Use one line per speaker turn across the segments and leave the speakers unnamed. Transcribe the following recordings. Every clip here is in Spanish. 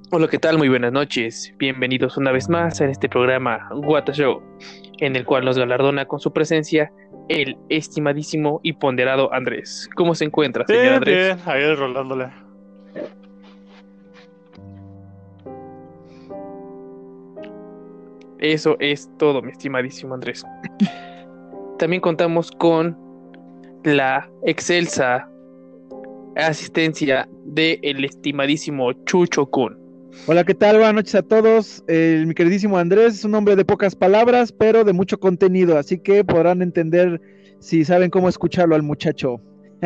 Hola, ¿qué tal? Muy buenas noches. Bienvenidos una vez más a este programa What the Show, en el cual nos galardona con su presencia el estimadísimo y ponderado Andrés. ¿Cómo se encuentra, señor
Bien,
Andrés?
bien, ahí rolándole.
Eso es todo, mi estimadísimo Andrés. También contamos con la excelsa asistencia del estimadísimo Chucho Kun.
Hola, ¿qué tal? Buenas noches a todos. Mi queridísimo Andrés es un hombre de pocas palabras, pero de mucho contenido, así que podrán entender si saben cómo escucharlo al muchacho.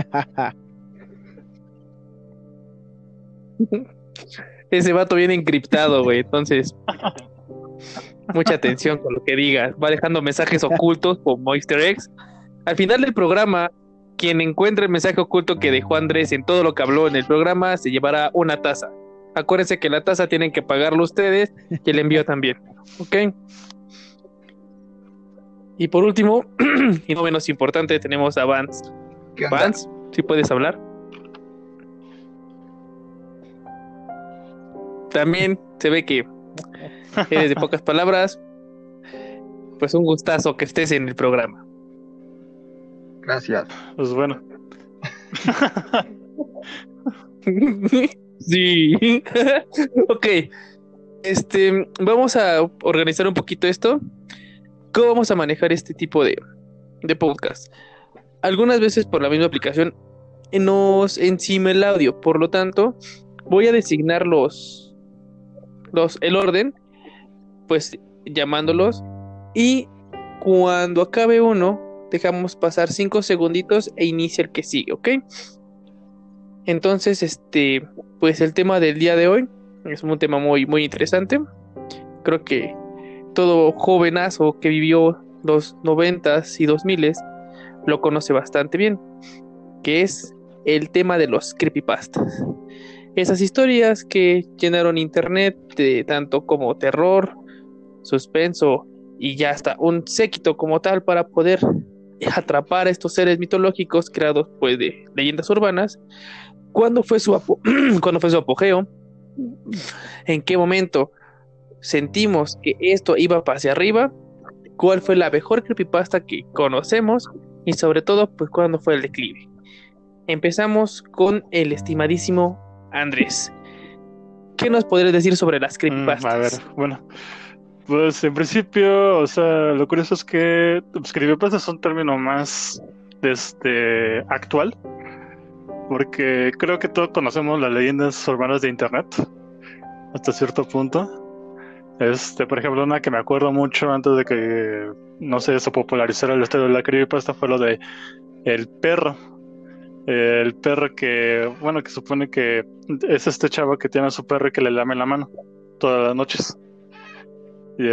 Ese vato viene encriptado, güey. Entonces, mucha atención con lo que diga. Va dejando mensajes ocultos como Easter eggs. Al final del programa, quien encuentre el mensaje oculto que dejó Andrés en todo lo que habló en el programa se llevará una taza. Acuérdense que la taza tienen que pagarlo ustedes y el envío también. ¿Ok? Y por último, y no menos importante, tenemos a Vance.
¿Qué onda?
Vance, ¿sí puedes hablar? También se ve que eres de pocas palabras. Pues un gustazo que estés en el programa.
Gracias.
Pues bueno.
Sí. Ok. Vamos a organizar un poquito esto. ¿Cómo vamos a manejar este tipo de podcast? Algunas veces por la misma aplicación nos encima el audio, por lo tanto, voy a designar el orden, pues llamándolos, y cuando acabe uno, dejamos pasar 5 segunditos e inicia el que sigue, ¿ok? Entonces, pues el tema del día de hoy es un tema muy, muy interesante. Creo que todo jovenazo que vivió los noventas y dos miles lo conoce bastante bien, que es el tema de los creepypastas. Esas historias que llenaron internet de tanto como terror, suspenso y ya hasta un séquito como tal para poder atrapar a estos seres mitológicos creados pues de leyendas urbanas. ¿Cuándo fue cuándo fue su apogeo? ¿En qué momento sentimos que esto iba hacia arriba? ¿Cuál fue la mejor creepypasta que conocemos? Y sobre todo, pues cuándo fue el declive. Empezamos con el estimadísimo Andrés. ¿Qué nos podrías decir sobre las
A ver,
creepypastas?
bueno. Pues en principio, o sea, lo curioso es que pues, creepypasta es un término más actual, porque creo que todos conocemos las leyendas urbanas de internet hasta cierto punto. Por ejemplo, una que me acuerdo mucho antes de que, no sé, se popularizara el estilo de la creepypasta fue lo de el perro. El perro que, bueno, que supone que es este chavo que tiene a su perro y que le lame la mano todas las noches. Y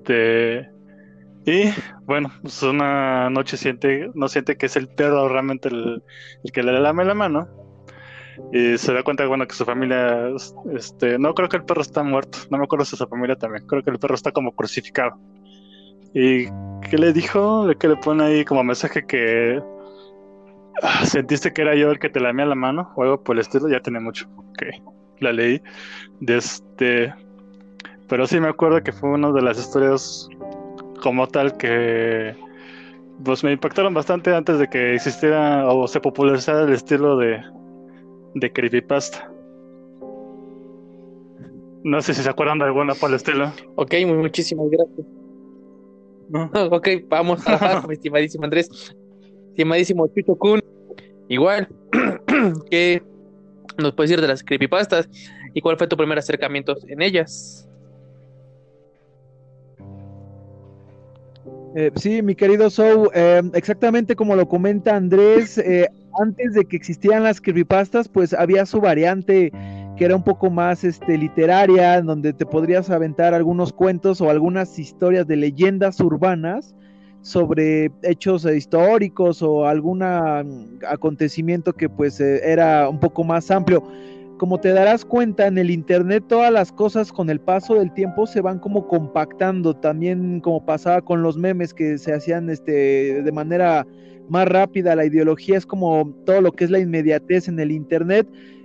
y bueno, pues una noche no siente que es el perro realmente el que le lame la mano. Y se da cuenta, bueno, que su familia, no creo que el perro está muerto, no me acuerdo si su familia también, creo que el perro está como crucificado. ¿Y qué le dijo? Que le pone ahí como mensaje que sentiste que era yo el que te lamía la mano o algo por el estilo, ya tiene mucho que la leí de pero sí me acuerdo que fue una de las historias como tal que pues me impactaron bastante antes de que existiera o se popularizara el estilo de creepypasta. No sé si se acuerdan de alguna por el estilo.
Ok, muchísimas gracias.
¿No?
Ok, vamos a la par, mi estimadísimo Andrés. Estimadísimo Chucho Kun, igual, ¿qué nos puedes decir de las creepypastas? ¿Y cuál fue tu primer acercamiento en ellas?
Sí, mi querido Sou, exactamente como lo comenta Andrés, antes de que existieran las creepypastas, pues había su variante que era un poco más literaria, en donde te podrías aventar algunos cuentos o algunas historias de leyendas urbanas sobre hechos históricos o algún acontecimiento que pues era un poco más amplio. Como te darás cuenta, en el internet todas las cosas con el paso del tiempo se van como compactando, también como pasaba con los memes que se hacían de manera más rápida. La ideología es como todo lo que es la inmediatez en el internet.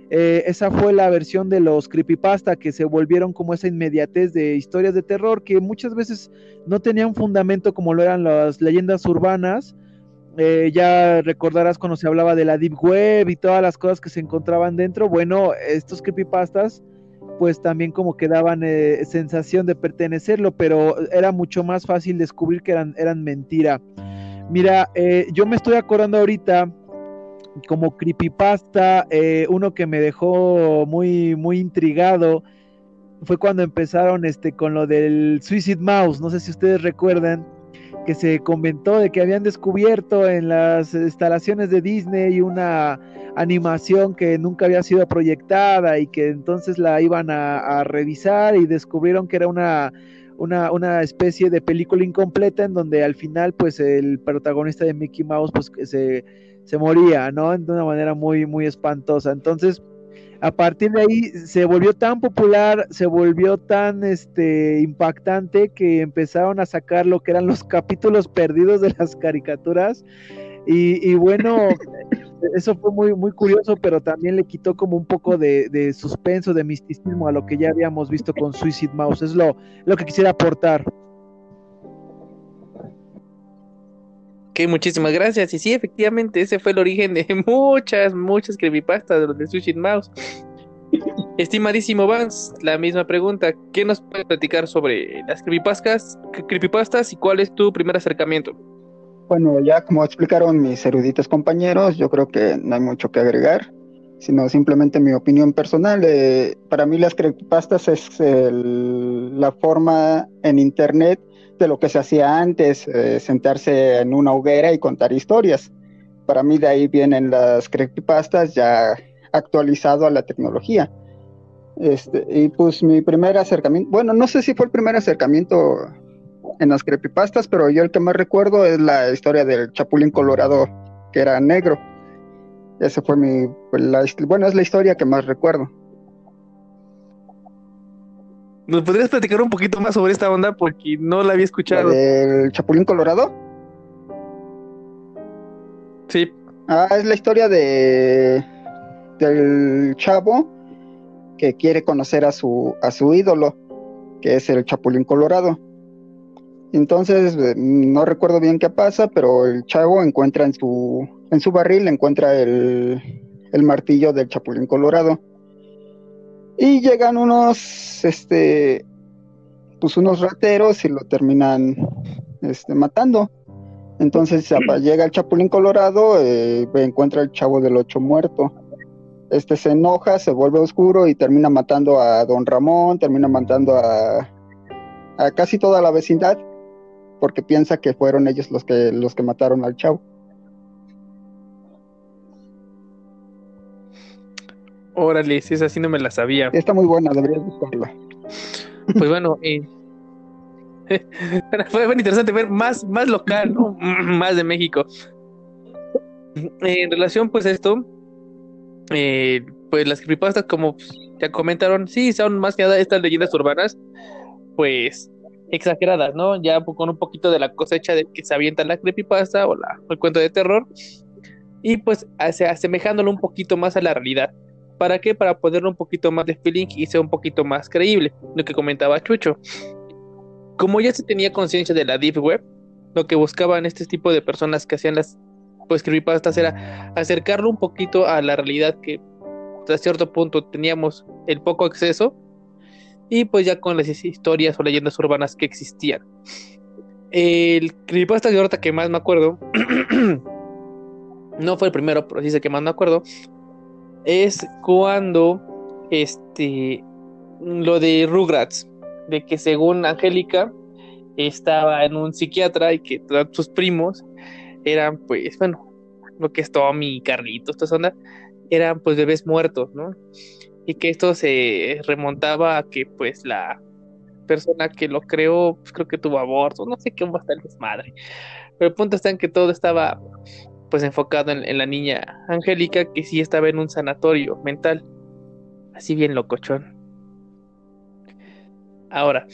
Esa fue la versión de los creepypasta, que se volvieron como esa inmediatez de historias de terror que muchas veces no tenían fundamento como lo eran las leyendas urbanas. Ya recordarás cuando se hablaba de la Deep Web y todas las cosas que se encontraban dentro. Bueno, estos creepypastas pues también como que daban sensación de pertenecerlo, pero era mucho más fácil descubrir que eran mentira. Mira, yo me estoy acordando ahorita como creepypasta, uno que me dejó muy, muy intrigado fue cuando empezaron con lo del Suicide Mouse. No sé si ustedes recuerdan que se comentó de que habían descubierto en las instalaciones de Disney una animación que nunca había sido proyectada y que entonces la iban a revisar y descubrieron que era una especie de película incompleta en donde al final pues el protagonista de Mickey Mouse pues se moría, ¿no? De una manera muy, muy espantosa. Entonces, a partir de ahí se volvió tan popular, se volvió tan impactante que empezaron a sacar lo que eran los capítulos perdidos de las caricaturas y bueno, eso fue muy, muy curioso, pero también le quitó como un poco de suspenso, de misticismo a lo que ya habíamos visto con Suicide Mouse. Es lo que quisiera aportar.
Ok, muchísimas gracias. Y sí, efectivamente, ese fue el origen de muchas, muchas creepypastas de los de Suicide Mouse. Estimadísimo Vance, la misma pregunta. ¿Qué nos puedes platicar sobre las creepypastas y cuál es tu primer acercamiento?
Bueno, ya como explicaron mis eruditos compañeros, yo creo que no hay mucho que agregar, sino simplemente mi opinión personal. Para mí las creepypastas es la forma en internet de lo que se hacía antes, sentarse en una hoguera y contar historias. Para mí de ahí vienen las creepypastas ya actualizado a la tecnología. Y pues mi primer acercamiento, bueno, no sé si fue el primer acercamiento en las creepypastas, pero yo el que más recuerdo es la historia del Chapulín Colorado, que era negro. Ese fue bueno, es la historia que más recuerdo.
¿Nos podrías platicar un poquito más sobre esta onda? Porque no la había
La
escuchado.
del Chapulín Colorado.
Sí.
Es la historia del chavo que quiere conocer a su ídolo, que es el Chapulín Colorado. Entonces, no recuerdo bien qué pasa, pero el chavo encuentra en su barril, encuentra el martillo del Chapulín Colorado. Y llegan pues unos rateros y lo terminan matando. Entonces llega el Chapulín Colorado, encuentra el Chavo del Ocho muerto. Se enoja, se vuelve oscuro y termina matando a Don Ramón, termina matando a casi toda la vecindad, porque piensa que fueron ellos los que mataron al Chavo.
Órale, si es así no me la sabía.
Está muy buena, deberías buscarla.
Pues bueno, fue muy interesante ver más local, ¿no? Más de México. En relación pues a esto, pues las creepypastas, como ya comentaron, sí, son más que nada estas leyendas urbanas, pues exageradas, ¿no? Ya con un poquito de la cosecha de que se avienta la creepypasta o el cuento de terror, y pues asemejándolo un poquito más a la realidad. ¿Para qué? Para ponerle un poquito más de feeling y ser un poquito más creíble, lo que comentaba Chucho. Como ya se tenía conciencia de la Deep Web, lo que buscaban este tipo de personas que hacían las pues creepypastas era acercarlo un poquito a la realidad que hasta cierto punto teníamos el poco acceso, y pues ya con las historias o leyendas urbanas que existían. El creepypasta de ahorita que más me acuerdo no fue el primero, pero sí sé que más me acuerdo, es cuando lo de Rugrats, de que según Angélica estaba en un psiquiatra y que todos sus primos eran pues, bueno, lo que es Tommy, Carlitos, toda esa onda, eran pues bebés muertos, ¿no? Y que esto se remontaba a que pues la persona que lo creó, pues creo que tuvo aborto, no sé qué va a estar el desmadre. Pero el punto está en que todo estaba pues enfocado en la niña Angélica, que sí estaba en un sanatorio mental, así bien locochón. Ahora,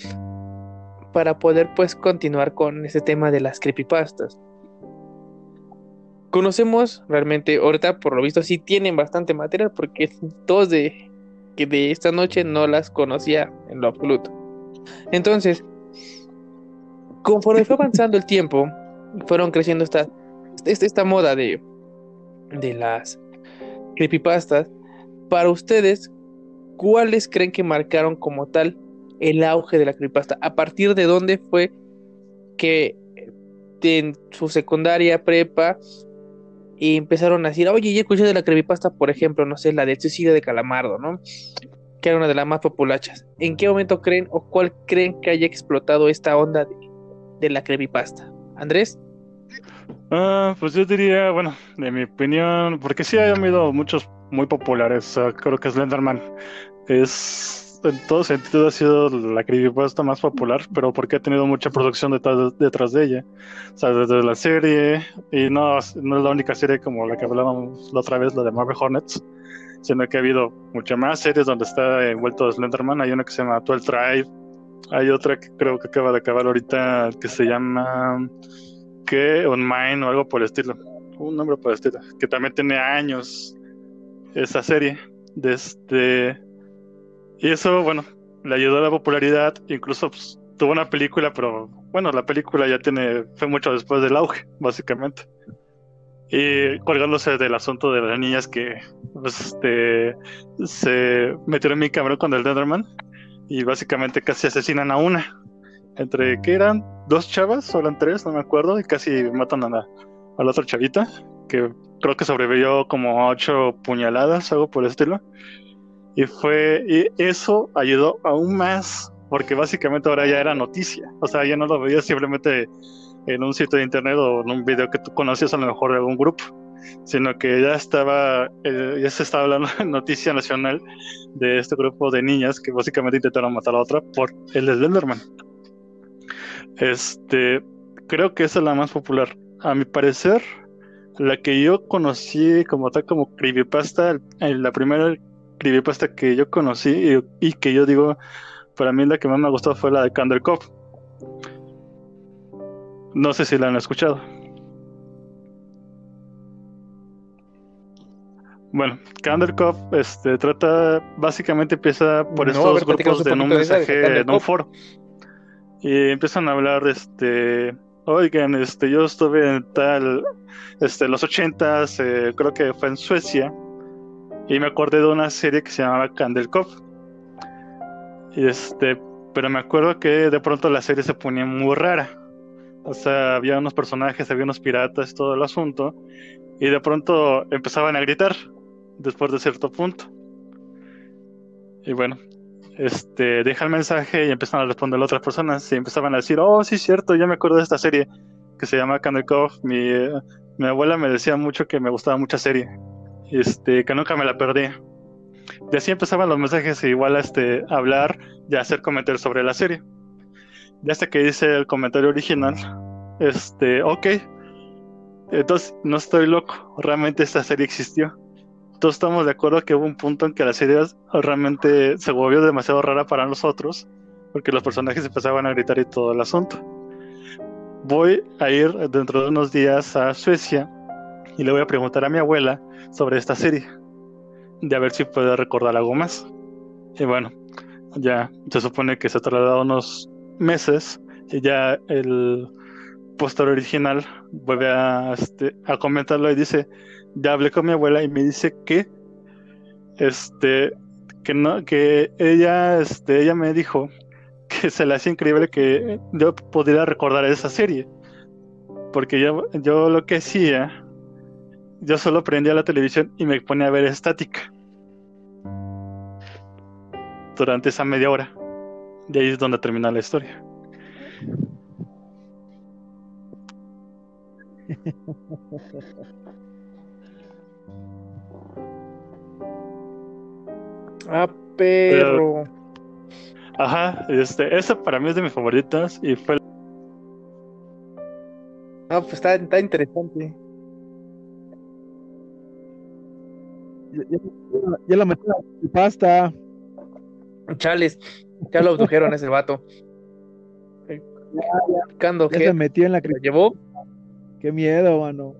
para poder pues continuar con ese tema de las creepypastas, conocemos realmente, ahorita por lo visto sí tienen bastante material, porque todos que de esta noche no las conocía en lo absoluto. Entonces, conforme fue avanzando el tiempo, fueron creciendo esta moda de las creepypastas. Para ustedes, ¿cuáles creen que marcaron como tal el auge de la creepypasta? ¿A partir de dónde fue que en su secundaria, prepa, y empezaron a decir, oye, ya escuché de la creepypasta, por ejemplo, no sé, la del suicidio de Calamardo, ¿no? Que era una de las más populachas. ¿En qué momento creen o cuál creen que haya explotado esta onda de la creepypasta? ¿Andrés?
Pues yo diría, bueno, de mi opinión, porque sí ha habido muchos muy populares. Creo que Slenderman en todo sentido ha sido la creepypasta más popular, pero porque ha tenido mucha producción detrás de ella. O sea, desde la serie, y no es la única serie como la que hablábamos la otra vez, la de Marvel Hornets, sino que ha habido muchas más series donde está envuelto Slenderman. Hay una que se llama 12 Tribe, hay otra que creo que acaba de acabar ahorita que se llama que On Mine o algo por el estilo, un nombre por el estilo, que también tiene años esa serie. Y eso, bueno, le ayudó a la popularidad, incluso pues, tuvo una película, pero bueno, la película fue mucho después del auge, básicamente. Y colgándose del asunto de las niñas que pues, se metieron en mi cabrón con el Enderman y básicamente casi asesinan a una. Entre que eran dos chavas o eran tres, no me acuerdo, y casi matan a la otra chavita, que creo que sobrevivió como a 8 puñaladas, algo por el estilo. Y eso ayudó aún más, porque básicamente ahora ya era noticia. O sea, ya no lo veías simplemente en un sitio de internet o en un video que tú conocías a lo mejor de algún grupo, sino que ya ya se estaba hablando en noticia nacional de este grupo de niñas que básicamente intentaron matar a otra por el Slenderman. Creo que esa es la más popular. A mi parecer, la que yo conocí como tal, como creepypasta, la primera creepypasta que yo conocí y que yo digo, para mí la que más me gustó fue la de Candle Cove. No sé si la han escuchado. Bueno, Candle Cove básicamente empieza por
No, a
estos
ver, platícanos
grupos
un
en un
poquito de esa de
mensaje
Candle
en un
Cove.
foro. Y empiezan a hablar, oigan, yo estuve en los 80s, creo que fue en Suecia, y me acordé de una serie que se llamaba Candle Cove. Y pero me acuerdo que de pronto la serie se ponía muy rara. O sea, había unos personajes, había unos piratas, todo el asunto, y de pronto empezaban a gritar después de cierto punto. Y bueno, deja el mensaje y empiezan a responder las otras personas y empezaban a decir, oh, sí, cierto, ya me acuerdo de esta serie que se llama Candle Cove. Mi abuela me decía mucho que me gustaba mucha serie, que nunca me la perdía. Y así empezaban los mensajes igual a hablar y a hacer comentarios sobre la serie. Y hasta que dice el comentario original, ok, entonces no estoy loco, realmente esta serie existió. Todos estamos de acuerdo que hubo un punto en que la serie realmente se volvió demasiado rara para nosotros, porque los personajes empezaban a gritar y todo el asunto. Voy a ir dentro de unos días a Suecia y le voy a preguntar a mi abuela sobre esta serie, de a ver si puede recordar algo más. Y bueno, ya se supone que se trasladó unos meses y ya el póster original vuelve a comentarlo y dice, ya hablé con mi abuela y me dice que que no, que ella me dijo que se le hacía increíble que yo pudiera recordar esa serie, porque yo lo que hacía, yo solo prendía la televisión y me ponía a ver estática durante esa media hora. Y ahí es donde termina la historia.
Ah, perro.
Ajá, esa para mí es de mis favoritas y fue.
Ah, pues está interesante.
Ya la metí en la pasta.
Chales, ya lo abdujeron ese vato. Picando
Ya se
Head,
metió en la
¿se lo llevó?
Qué miedo, mano.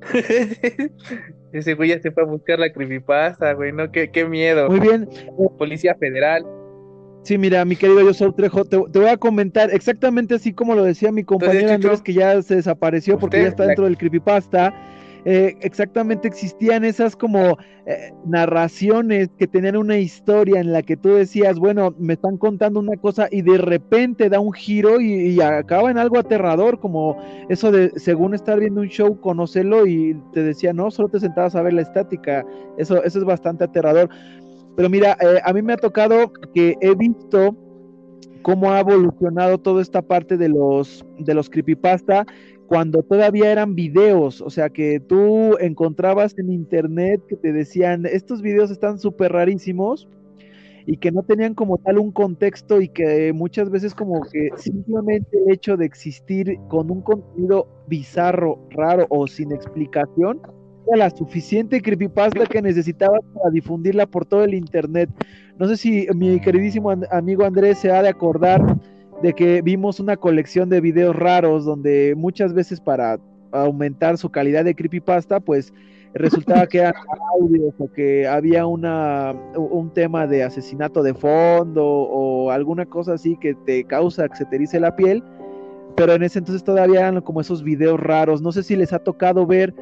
Ese güey ya se fue a buscar la creepypasta, güey, ¿no? Qué miedo.
Muy bien.
Policía Federal.
Sí, mira, mi querido Joshua Trejo, te voy a comentar exactamente así como lo decía mi compañero
Entonces,
Andrés,
Chucho,
que ya se desapareció porque ya
usted,
está dentro del creepypasta. Exactamente existían esas como narraciones que tenían una historia en la que tú decías, bueno, me están contando una cosa y de repente da un giro y acaba en algo aterrador, como eso de, según estar viendo un show, conocerlo y te decía, no, solo te sentabas a ver la estática. Eso es bastante aterrador. Pero mira, a mí me ha tocado que he visto cómo ha evolucionado toda esta parte de los creepypasta cuando todavía eran videos, o sea que tú encontrabas en internet que te decían, estos videos están súper rarísimos y que no tenían como tal un contexto y que muchas veces como que simplemente el hecho de existir con un contenido bizarro, raro o sin explicación, era la suficiente creepypasta que necesitabas para difundirla por todo el internet. No sé si mi queridísimo amigo Andrés se ha de acordar de que vimos una colección de videos raros donde muchas veces para aumentar su calidad de creepypasta, pues resultaba que eran audios o que había un tema de asesinato de fondo o alguna cosa así que te causa que se te erice la piel, pero en ese entonces todavía eran como esos videos raros. No sé si les ha tocado ver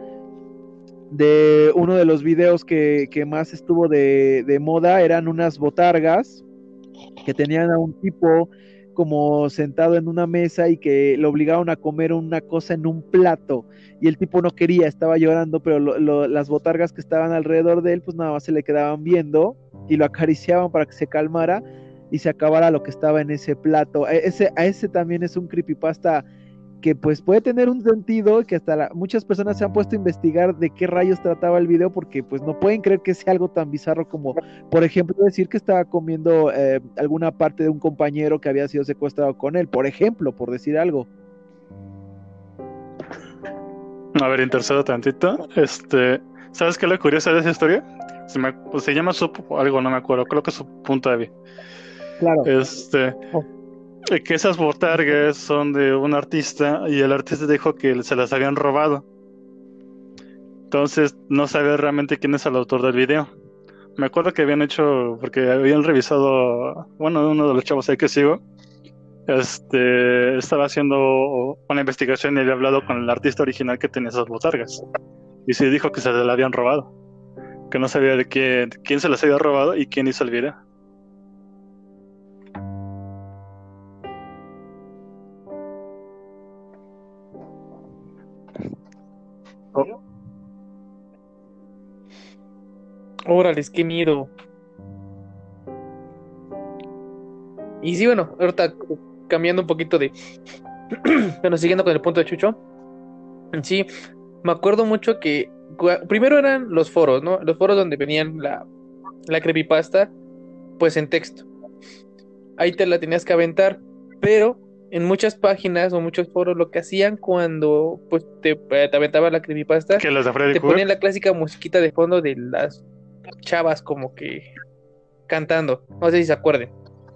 de uno de los videos que más estuvo de moda, eran unas botargas que tenían a un tipo como sentado en una mesa y que lo obligaron a comer una cosa en un plato y el tipo no quería, estaba llorando, pero las botargas que estaban alrededor de él pues nada más se le quedaban viendo y lo acariciaban para que se calmara y se acabara lo que estaba en ese plato. A ese también es un creepypasta que pues puede tener un sentido, que hasta muchas personas se han puesto a investigar de qué rayos trataba el video porque pues no pueden creer que sea algo tan bizarro como, por ejemplo, decir que estaba comiendo alguna parte de un compañero que había sido secuestrado con él, por ejemplo, por decir algo.
A ver, intercedo tantito. ¿Sabes qué es lo curioso de esa historia? Se llama algo, no me acuerdo, creo que es su punto de vista.
Claro.
Que esas botargas son de un artista y el artista dijo que se las habían robado. Entonces no sabía realmente quién es el autor del video. Me acuerdo que habían hecho, porque habían revisado, bueno, uno de los chavos ahí que sigo, estaba haciendo una investigación y había hablado con el artista original que tenía esas botargas. Y sí dijo que se las habían robado, que no sabía de quién se las había robado y quién hizo el video.
Órales, qué miedo. Y sí, bueno, ahorita cambiando un poquito de... Bueno, siguiendo con el punto de Chucho. Sí, me acuerdo mucho que primero eran los foros, ¿no? Los foros donde venían la creepypasta, pues en texto. Ahí te la tenías que aventar, pero en muchas páginas o muchos foros lo que hacían cuando pues te aventaba la creepypasta,
¿Que las de Freddy
te
Krueger?
ponían la clásica musiquita de fondo de las chavas como que cantando. No sé si se acuerden.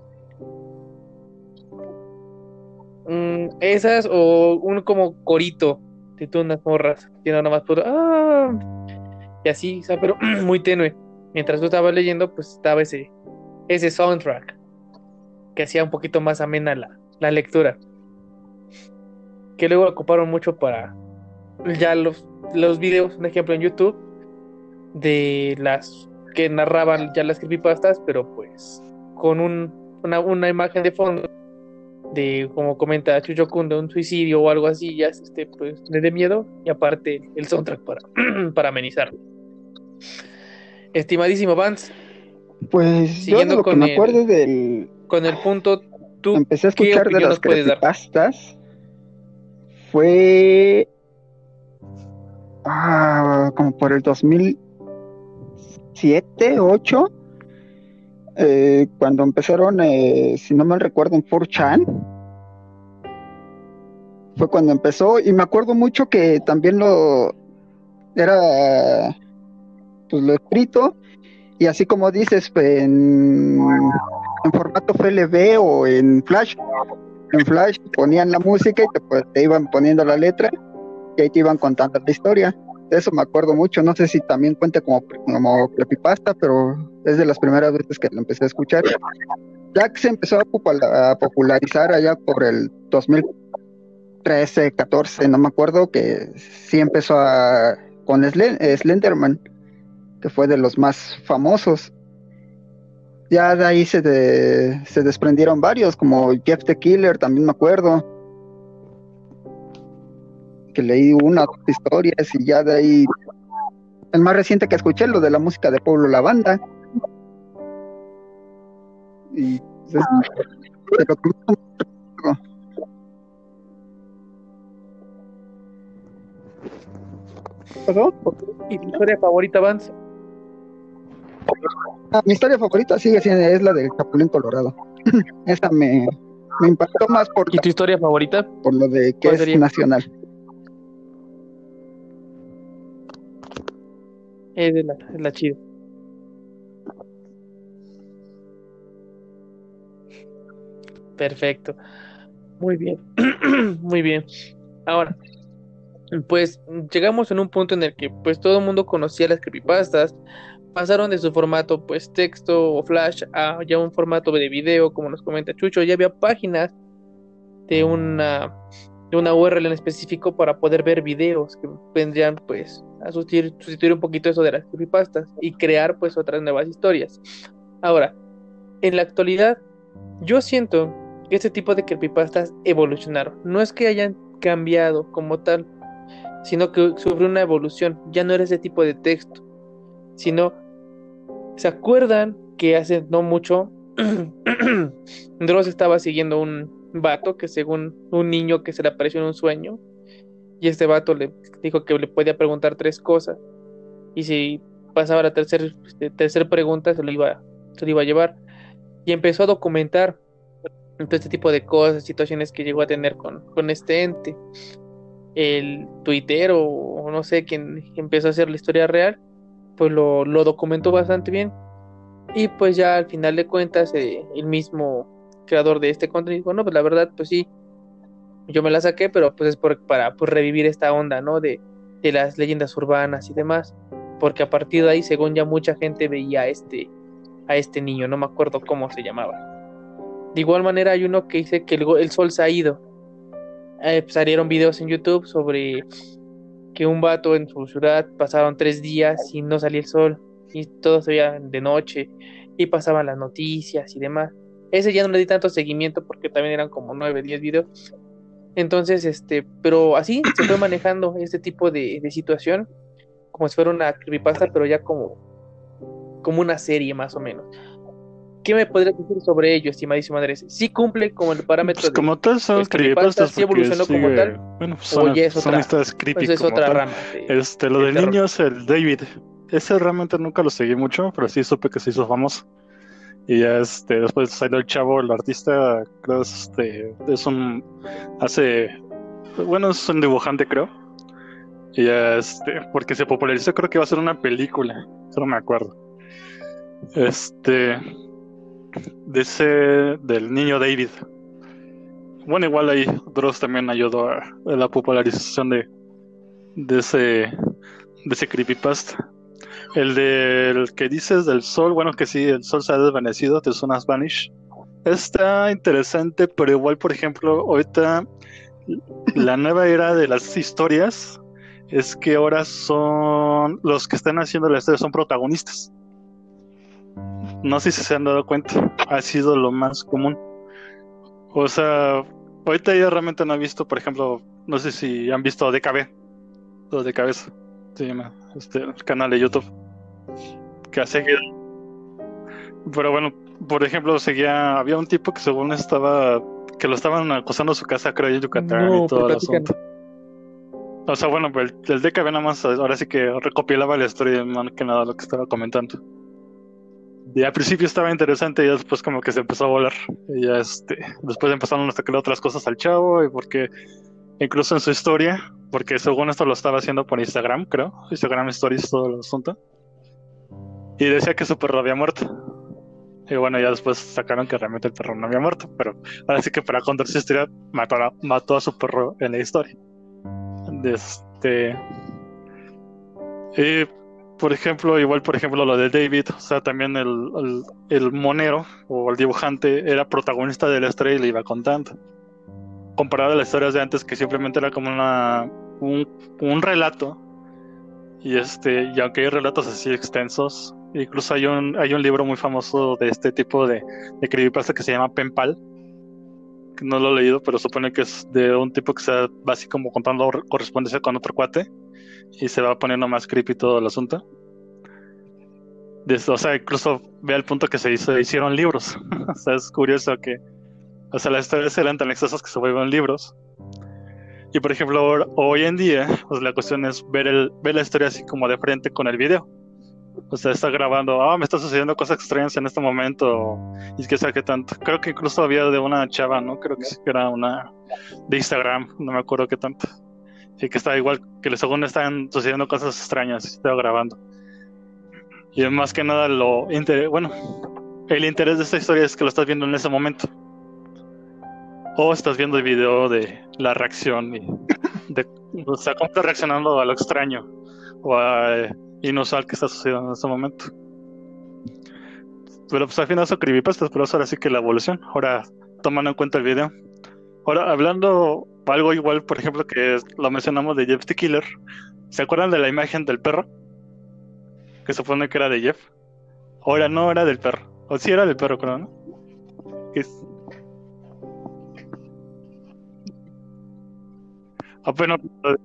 Esas o un como corito de todas unas morras, que nada más por y así, o sea, pero muy tenue. Mientras tú estabas leyendo, pues estaba ese soundtrack que hacía un poquito más amena la lectura. Que luego ocuparon mucho para ya los videos, un ejemplo en YouTube, de las que narraban ya las creepypastas, pero pues con una imagen de fondo de, como comenta Chucho Kun, de un suicidio o algo así, ya pues le dé miedo, y aparte el soundtrack para amenizarlo. Estimadísimo Vance,
Pues yo de
siguiendo
lo que me acuerdo
con el punto, ¿tú
empecé a
qué
escuchar de
opinión
las
nos puedes dar?
creepypastas fue como por el 2007, 2008, cuando empezaron, si no mal recuerdo, en 4chan. Fue cuando empezó y me acuerdo mucho que también era pues lo escrito y así como dices en formato FLV o en Flash. En Flash ponían la música y te iban poniendo la letra y ahí te iban contando la historia. De eso me acuerdo mucho, no sé si también cuenta como creepypasta, pero es de las primeras veces que lo empecé a escuchar. Ya que se empezó a popularizar allá por el 2013, 14, no me acuerdo, que sí empezó con Slenderman, que fue de los más famosos. Ya de ahí se desprendieron varios, como Jeff the Killer, también me acuerdo, que leí una o dos historias, y ya de ahí, el más reciente que escuché, lo de la música de Pablo Lavanda, y pues, de lo que me acuerdo. ¿Perdón?
¿Y tu historia favorita, Vance?
Mi historia favorita sigue siendo es la del Chapulín Colorado. Esa me impactó más
¿Y tu historia favorita?
por lo de que
¿Cuál
es
sería?
nacional.
Es la chida. Perfecto. Muy bien. Muy bien. Ahora, pues llegamos en un punto en el que pues todo el mundo conocía las creepypastas, pasaron de su formato pues texto o flash a ya un formato de video, como nos comenta Chucho, ya había páginas de una URL en específico para poder ver videos que vendrían pues a sustituir un poquito eso de las creepypastas y crear pues otras nuevas historias. Ahora, en la actualidad, yo siento que este tipo de creepypastas evolucionaron. No es que hayan cambiado como tal, sino que sufrió una evolución. Ya no era ese tipo de texto, sino, ¿se acuerdan que hace no mucho Dross estaba siguiendo un vato que según un niño que se le apareció en un sueño, y este vato le dijo que le podía preguntar tres cosas, y si pasaba la tercera pregunta se lo iba a llevar, y empezó a documentar todo este tipo de cosas, situaciones que llegó a tener con este ente? El tuitero o no sé quién empezó a hacer la historia real, pues lo documentó bastante bien, y pues ya al final de cuentas el mismo creador de este contenido dijo, no, pues la verdad, pues sí, yo me la saqué, pero pues es para pues, revivir esta onda, ¿no? De las leyendas urbanas y demás, porque a partir de ahí, según ya mucha gente veía a este niño, no me acuerdo cómo se llamaba. De igual manera hay uno que dice que el sol se ha ido. Salieron videos en YouTube sobre que un vato en su ciudad pasaron 3 días y no salía el sol y todo se veía de noche y pasaban las noticias y demás. Ese ya no le di tanto seguimiento porque también eran como 9, 10 videos. Entonces, pero así se fue manejando este tipo de situación, como si fuera una creepypasta, pero ya como una serie más o menos. ¿Qué me podrías decir sobre ello, estimadísimo Andrés? ¿Sí cumple como el parámetro
Pues como tal son
pues, creepypasta?
creepypastas
¿Sí
porque
evolucionó como tal?
bueno, pues
¿O ya es
son
otra,
historias creepy
pues es
como
otra
tal.
rama
Lo
del
del
terror?
niño es el David. Ese realmente nunca lo seguí mucho, pero sí supe que se hizo famoso. Y ya después salió el chavo, el artista, creo es un bueno, es un dibujante, creo. Y ya porque se popularizó, creo que iba a ser una película, solo me acuerdo. Del niño David. Bueno, igual ahí Dross también ayudó a la popularización de ese creepypasta. El del que dices del sol, bueno, que sí, el sol se ha desvanecido, The Sun has vanished. Está interesante, pero igual, por ejemplo, ahorita la nueva era de las historias es que ahora son los que están haciendo la historia son protagonistas. No sé si se han dado cuenta, ha sido lo más común. O sea, ahorita yo realmente no he visto, por ejemplo, no sé si han visto DKB, los de cabeza, se llama, el canal de YouTube, que hace que... Pero bueno, por ejemplo, había un tipo que según que lo estaban acosando a su casa, creo, en Yucatán y
No, pero
todo el
platican.
asunto. O sea, bueno, pues el DKB nada más, ahora sí que recopilaba la historia más que nada lo que estaba comentando. Y al principio estaba interesante y ya después como que se empezó a volar. Y ya después empezaron a sacar otras cosas al chavo y porque incluso en su historia, porque según esto lo estaba haciendo por Instagram, creo, Instagram Stories, todo el asunto. Y decía que su perro había muerto. Y bueno, ya después sacaron que realmente el perro no había muerto, pero ahora sí que para contar su historia mató a su perro en la historia. De y, por ejemplo, lo de David, o sea, también el monero o el dibujante era protagonista de la historia y le iba contando. Comparado a las historias de antes, que simplemente era como un relato. Y aunque hay relatos así extensos, incluso hay un libro muy famoso de este tipo de creepypasta que se llama Pen Pal, que no lo he leído, pero supone que es de un tipo que se va así como contando correspondencia con otro cuate y se va poniendo más creepy todo el asunto. O sea, incluso ve al punto que hicieron libros. O sea, es curioso que, o sea, las historias eran tan extensas que se vuelven libros. Y por ejemplo, hoy en día, pues la cuestión es ver la historia así como de frente con el video. O sea, está grabando, me está sucediendo cosas extrañas en este momento, y que sabe qué tanto. Creo que incluso había de una chava, ¿no? Creo que sí que era una de Instagram, no me acuerdo qué tanto. Y que estaba igual, que según están sucediendo cosas extrañas, y estaba grabando. Y más que nada, el interés de esta historia es que lo estás viendo en ese momento. O estás viendo el video de la reacción o sea, cómo estás reaccionando a lo extraño o a inusual que está sucediendo en ese momento. Pero pues al final son creepypastas, pero ahora sí que la evolución. Ahora tomando en cuenta el video. Ahora hablando algo igual, por ejemplo, que lo mencionamos de Jeff the Killer. ¿Se acuerdan de la imagen del perro? Que se supone que era de Jeff. Ahora no era del perro. O sí era del perro, creo, ¿no? Apenas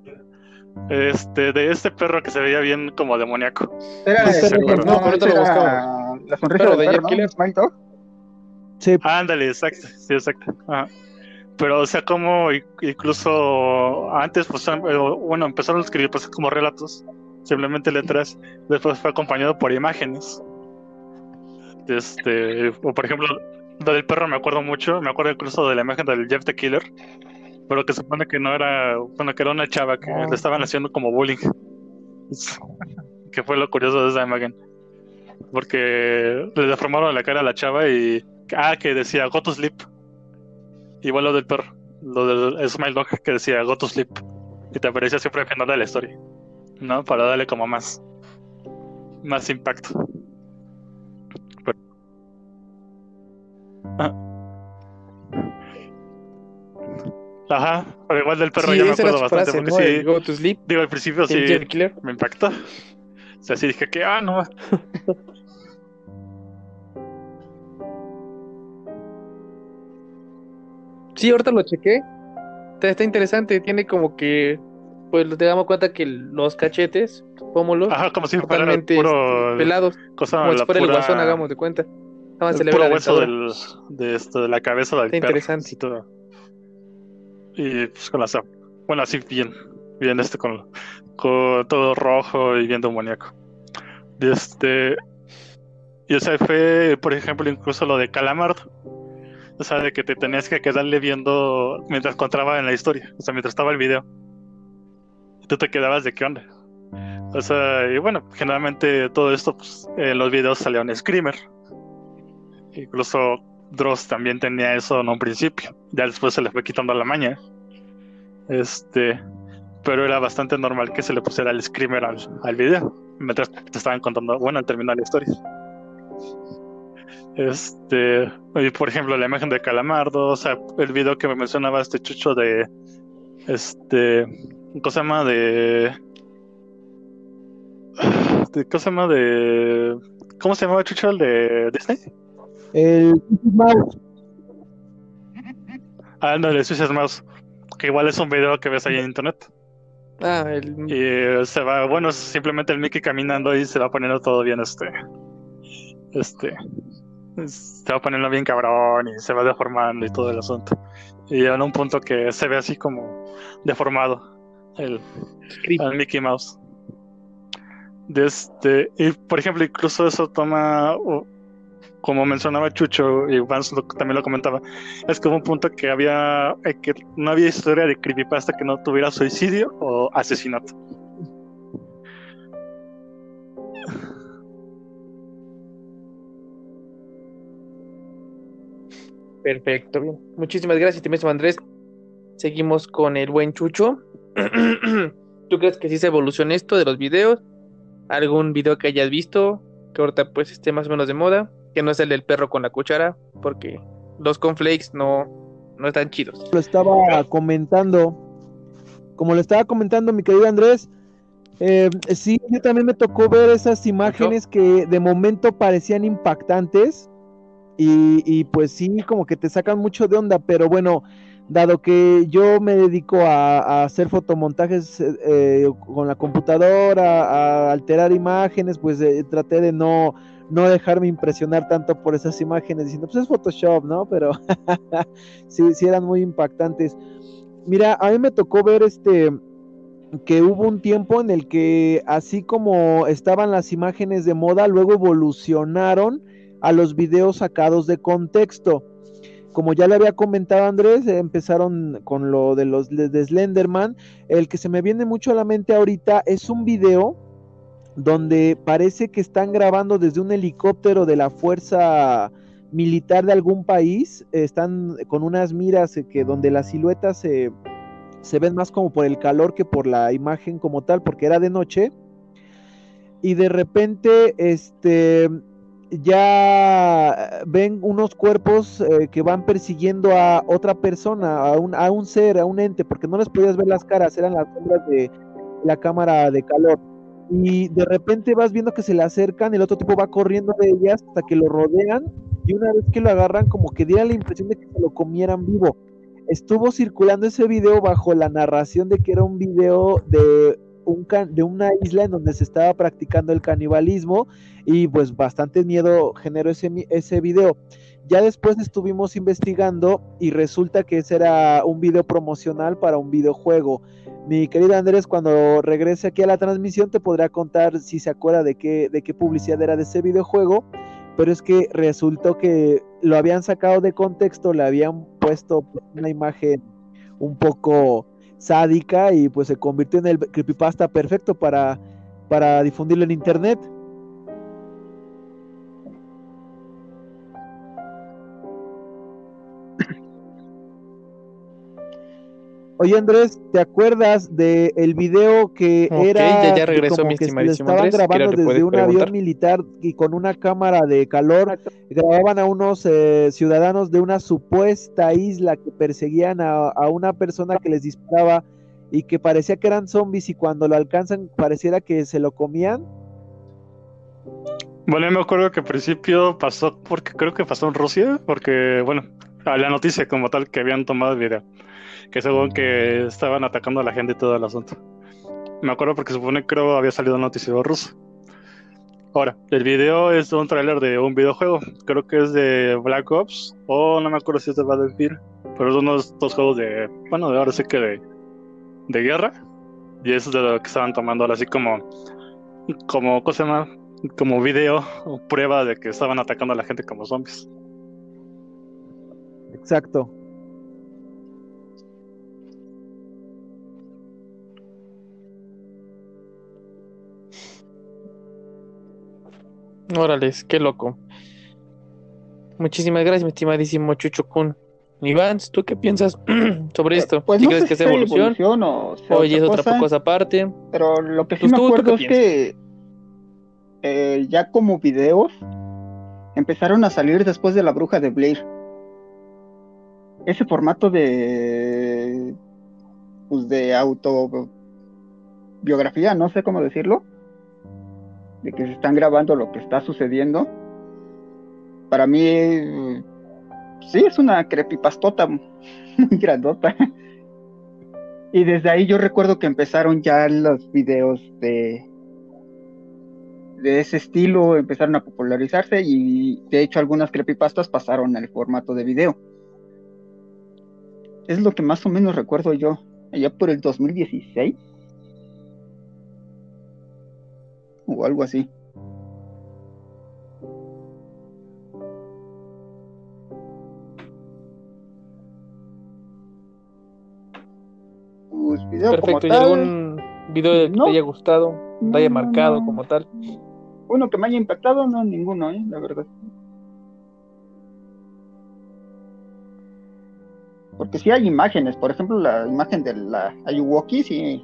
de este perro que se veía bien como demoníaco.
Era
No sé si se
No,
acuerdan.
pero ahorita lo buscamos.
La sonrisa
Perro
del
de
perro,
Jeff
¿no?
Killer.
Smile Dog.
Sí,
Ándale, exacto, sí, exacto. Ajá. Pero, o sea, como incluso antes, pues, bueno, empezaron a escribir pues, como relatos, simplemente letras, después fue acompañado por imágenes. O por ejemplo, lo del perro me acuerdo mucho, me acuerdo incluso de la imagen del Jeff the Killer, pero que supone que no era, bueno, que era una chava que le estaban haciendo como bullying. Que fue lo curioso de esa imagen, porque le deformaron la cara a la chava y, que decía go to sleep. Igual lo del perro, lo del Smile Dog que decía go to sleep. Y te aparecía siempre al final de la historia, ¿no? Para darle como más impacto. Pero, ah, ajá, pero igual del perro
Sí,
ya me
esa era
acuerdo
su
bastante,
frase,
porque
¿no?
sí,
El Go to Sleep
digo, al principio sí
del Jeff Killer.
me impactó. O sea, sí dije que, no.
Sí, ahorita lo chequé. Está interesante. Tiene como que, pues te damos cuenta que los cachetes, pómulos,
Ajá, como si fuera
totalmente
puro
pelados,
cosa,
como si
la
fuera el guasón,
pura,
hagamos de cuenta. Nada más se
el
le ve
puro
la
hueso
dentadura.
de la cabeza del
Está
perro.
interesante.
Así todo. Y pues con bueno, así bien, con todo rojo y bien demoníaco. Y y o sea, fue, por ejemplo, incluso lo de Calamardo. O sea, de que te tenías que quedarle viendo mientras encontraba en la historia, o sea, mientras estaba el video. Y tú te quedabas de qué onda. O sea, y bueno, generalmente todo esto, pues, en los videos salía un screamer. Incluso Dross también tenía eso en un principio. Ya después se le fue quitando la maña. Pero era bastante normal que se le pusiera el screamer al video mientras te estaban contando, bueno, al terminar la historia. Y por ejemplo, la imagen de Calamardo, o sea, el video que me mencionaba este Chucho de ¿cómo se llama? ¿Cómo se llama? ¿Cómo se llamaba Chucho el de Disney?
el Mouse.
No, el de Suicide Mouse, que igual es un video que ves ahí en internet. Y se va, bueno, es simplemente el Mickey caminando y se va poniendo todo bien, se va poniendo bien cabrón y se va deformando y todo el asunto. Y en un punto que se ve así como deformado el Mickey Mouse. Y por ejemplo, incluso eso toma, como mencionaba Chucho y Vance también lo comentaba, es que hubo un punto que no había historia de creepypasta que no tuviera suicidio o asesinato.
Perfecto, bien. Muchísimas gracias, estimado Andrés. Seguimos con el buen Chucho. ¿Tú crees que sí se evoluciona esto de los videos? ¿Algún video que hayas visto que ahorita pues esté más o menos de moda? Que no es el del perro con la cuchara, porque los cornflakes no están chidos.
Lo estaba comentando, como lo estaba comentando mi querido Andrés, sí, yo también me tocó ver esas imágenes que de momento parecían impactantes y pues sí, como que te sacan mucho de onda, pero bueno, dado que yo me dedico a hacer fotomontajes con la computadora, a alterar imágenes, pues traté de no dejarme impresionar tanto por esas imágenes, diciendo, pues es Photoshop, ¿no? Pero sí eran muy impactantes. Mira, a mí me tocó ver que hubo un tiempo en el que así como estaban las imágenes de moda, luego evolucionaron a los videos sacados de contexto. Como ya le había comentado Andrés, empezaron con lo de los de Slenderman. El que se me viene mucho a la mente ahorita es un video donde parece que están grabando desde un helicóptero de la fuerza militar de algún país. Están con unas miras que donde las siluetas se ven más como por el calor que por la imagen como tal, porque era de noche, y de repente ya ven unos cuerpos que van persiguiendo a otra persona, a un ser, a un ente, porque no les podías ver las caras, eran las sombras de la cámara de calor, y de repente vas viendo que se le acercan, el otro tipo va corriendo de ellas hasta que lo rodean, y una vez que lo agarran como que diera la impresión de que se lo comieran vivo. Estuvo circulando ese video bajo la narración de que era un video de una isla en donde se estaba practicando el canibalismo, y pues bastante miedo generó ese video. Ya después estuvimos investigando y resulta que ese era un video promocional para un videojuego. Mi querido Andrés, cuando regrese aquí a la transmisión te podrá contar si se acuerda de qué publicidad era de ese videojuego, pero es que resultó que lo habían sacado de contexto, le habían puesto una imagen un poco sádica y pues se convirtió en el creepypasta perfecto para difundirlo en internet. Oye Andrés, ¿te acuerdas de el video que
Ok,
era
ya regresó
como
mi
que lo
estimadísimo
estaban
Andrés. ¿Qué
grabando
le
desde
puedes
un avión
preguntar?
militar y con una cámara de calor grababan a unos ciudadanos de una supuesta isla que perseguían a una persona que les disparaba y que parecía que eran zombies y cuando lo alcanzan pareciera que se lo comían?
Bueno, yo me acuerdo que al principio pasó, porque creo que pasó en Rusia, porque, bueno, a la noticia como tal que habían tomado el video, que según que estaban atacando a la gente y todo el asunto. Me acuerdo porque supone que creo había salido un noticiero ruso. Ahora, el video es un tráiler de un videojuego, creo que es de Black Ops, o no me acuerdo si es de Battlefield, pero es uno de estos juegos de, bueno, de ahora sí que de guerra, y eso es de lo que estaban tomando ahora así como, ¿cómo se llama? Como video o prueba de que estaban atacando a la gente como zombies.
Exacto.
Órales, qué loco. Muchísimas gracias, mi estimadísimo Chucho Kun. Iván, ¿tú qué piensas sobre esto?
Pues
¿Si
no
crees
sé
que
si
es
sea
evolución
evolución o sea
o ya
otra
es otra
cosa,
cosa aparte?
pero lo que sí
Pues
me
tú qué
acuerdo es
piensas?
que ya como videos empezaron a salir después de La Bruja de Blair. Ese formato pues de autobiografía, no sé cómo decirlo, de que se están grabando lo que está sucediendo. Para mí, sí, es una creepypastota muy grandota. Y desde ahí yo recuerdo que empezaron ya los videos de ese estilo, empezaron a popularizarse y de hecho algunas creepypastas pasaron al formato de video. Es lo que más o menos recuerdo yo, allá por el 2016 o algo así. Pues video como
Perfecto, ¿y
tal,
algún video que te haya
no,
gustado, te haya
no,
marcado
no.
como tal?
Uno que me haya impactado, no, ninguno, la verdad. Porque sí hay imágenes, por ejemplo, la imagen de la Ayuwoki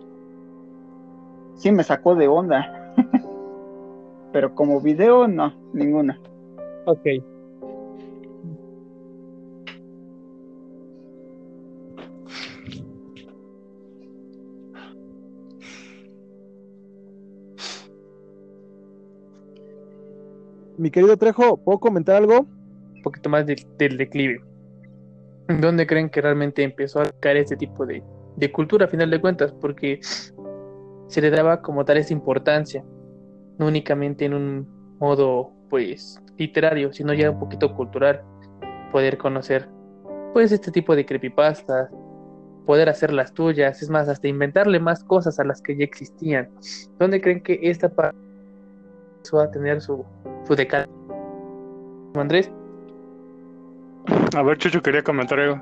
sí me sacó de onda, pero como video no, ninguna.
Ok.
Mi querido Trejo, ¿puedo comentar algo?
Un poquito más del declive. ¿Dónde creen que realmente empezó a caer este tipo de cultura, a final de cuentas? Porque se le daba como tal esa importancia, no únicamente en un modo, pues, literario, sino ya un poquito cultural, poder conocer, pues, este tipo de creepypastas, poder hacer las tuyas, es más, hasta inventarle más cosas a las que ya existían. ¿Dónde creen que esta parte empezó a tener su decadencia, Andrés?
A ver, Chucho quería comentar algo.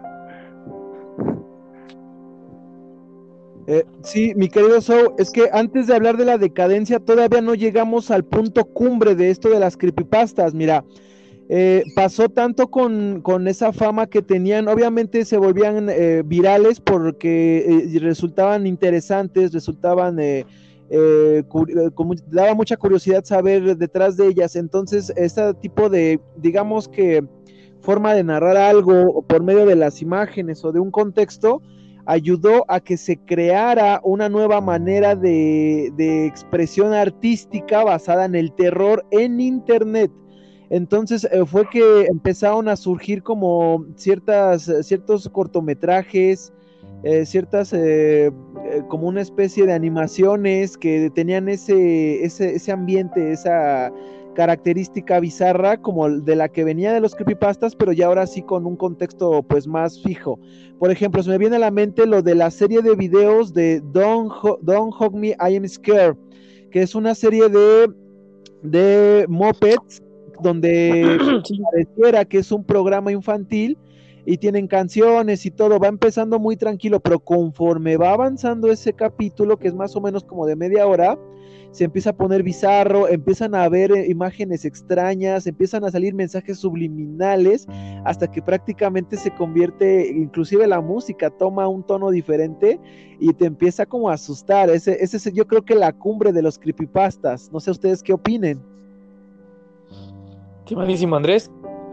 Sí, mi querido Sou, es que antes de hablar de la decadencia, todavía no llegamos al punto cumbre de esto de las creepypastas. Mira, pasó tanto con esa fama que tenían, obviamente se volvían virales porque resultaban interesantes, resultaban, daba mucha curiosidad saber detrás de ellas. Entonces, este tipo de, digamos que, forma de narrar algo por medio de las imágenes o de un contexto, ayudó a que se creara una nueva manera de expresión artística basada en el terror en Internet. Entonces fue que empezaron a surgir como ciertos cortometrajes, como una especie de animaciones que tenían ese ambiente, esa característica bizarra como de la que venía de los creepypastas, pero ya ahora sí con un contexto pues más fijo. Por ejemplo, se me viene a la mente lo de la serie de videos de Don't Hug Me, I Am Scared, que es una serie de mopeds donde pareciera que es un programa infantil y tienen canciones y todo, va empezando muy tranquilo, pero conforme va avanzando ese capítulo, que es más o menos como de media hora, se empieza a poner bizarro, empiezan a ver imágenes extrañas, empiezan a salir mensajes subliminales, hasta que prácticamente se convierte, inclusive la música toma un tono diferente y te empieza como a asustar. Ese es yo creo que la cumbre de los creepypastas. No sé ustedes qué opinen.
Estimadísimo Andrés.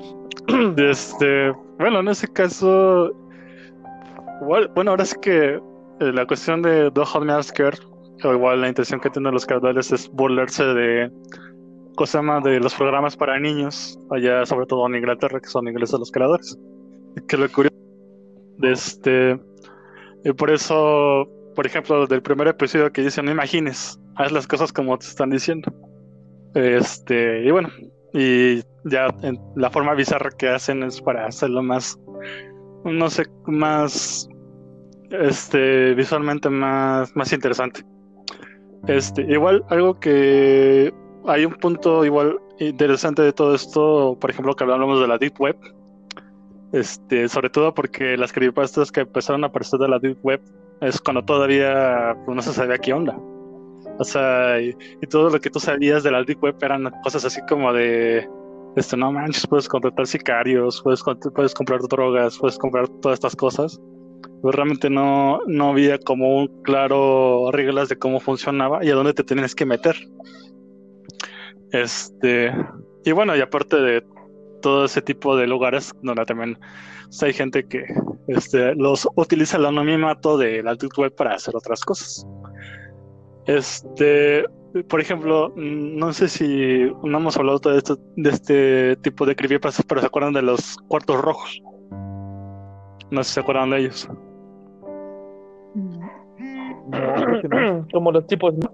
Bueno, en ese caso, bueno, ahora sí que la cuestión de Don't Hold Me I'm Scared, o igual la intención que tienen los creadores es burlarse de cosa más de los programas para niños, allá sobre todo en Inglaterra, que son ingleses los creadores. Que lo curioso de y por eso, por ejemplo, del primer episodio que dicen, no imagines, haz las cosas como te están diciendo. Y bueno, y ya la forma bizarra que hacen es para hacerlo más, no sé, más, visualmente más interesante. Igual, algo que hay un punto igual interesante de todo esto, por ejemplo, que hablamos de la Deep Web, sobre todo porque las creepypastas que empezaron a aparecer de la Deep Web es cuando todavía pues, no se sabía qué onda. O sea, y todo lo que tú sabías de la Deep Web eran cosas así como de, no manches, puedes contratar sicarios, puedes comprar drogas, puedes comprar todas estas cosas. Pues realmente no había como un claro reglas de cómo funcionaba y a dónde te tenías que meter. Y bueno, y aparte de todo ese tipo de lugares donde también hay gente que los utiliza el anonimato de la Deep Web para hacer otras cosas. Por ejemplo, no sé si no hemos hablado de este tipo de creepypastas, pero se acuerdan de los cuartos rojos. No sé si se acuerdan de ellos.
Como los tipos, ¿no?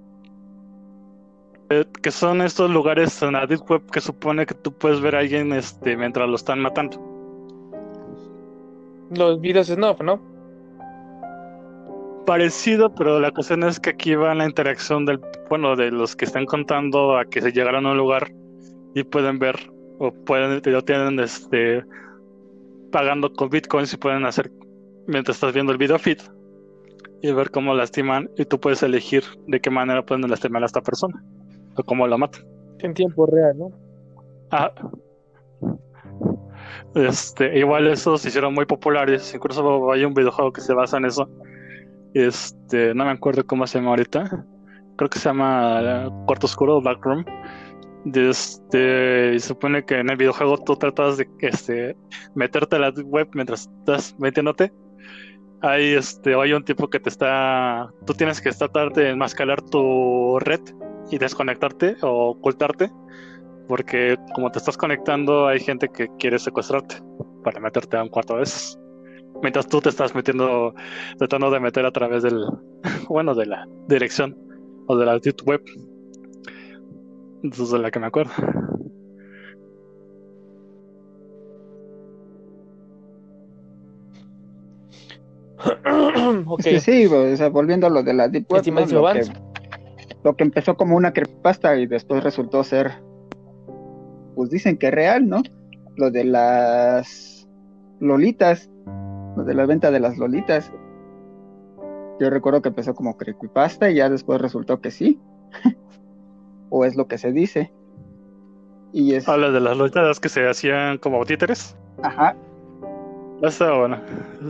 Que son estos lugares en la Deep Web que supone que tú puedes ver a alguien mientras lo están matando.
Los videos snuff, ¿no?
Parecido, pero la cuestión es que aquí va la interacción de los que están contando a que se llegaron a un lugar y pueden ver o lo tienen pagando con bitcoins y pueden hacer mientras estás viendo el video feed y ver cómo lastiman y tú puedes elegir de qué manera pueden lastimar a esta persona o cómo la matan.
En tiempo real, ¿no?
Ah. Igual esos se hicieron muy populares, incluso hay un videojuego que se basa en eso. No me acuerdo cómo se llama ahorita. Creo que se llama Cuarto Oscuro, Black Room. Y se supone que en el videojuego tú tratas de meterte a la web mientras estás metiéndote. Hay un tipo que tú tienes que tratar de enmascarar tu red y desconectarte o ocultarte, porque como te estás conectando hay gente que quiere secuestrarte para meterte a un cuarto de esos. Mientras tú te estás tratando de meter a través de la dirección o de la deep web. Entonces de la que me acuerdo.
Ok.
Sí, o sea, volviendo a lo de la Deep Web, ¿no?
Estimadísimo Vance.
Lo que empezó como una creepypasta y después resultó ser, pues dicen que real, ¿no? Lo de las lolitas, lo de la venta de las lolitas. Yo recuerdo que empezó como creepypasta y ya después resultó que sí, o es lo que se dice. Y es,
Habla de las loitas que se hacían como títeres.
ajá,
Está bueno.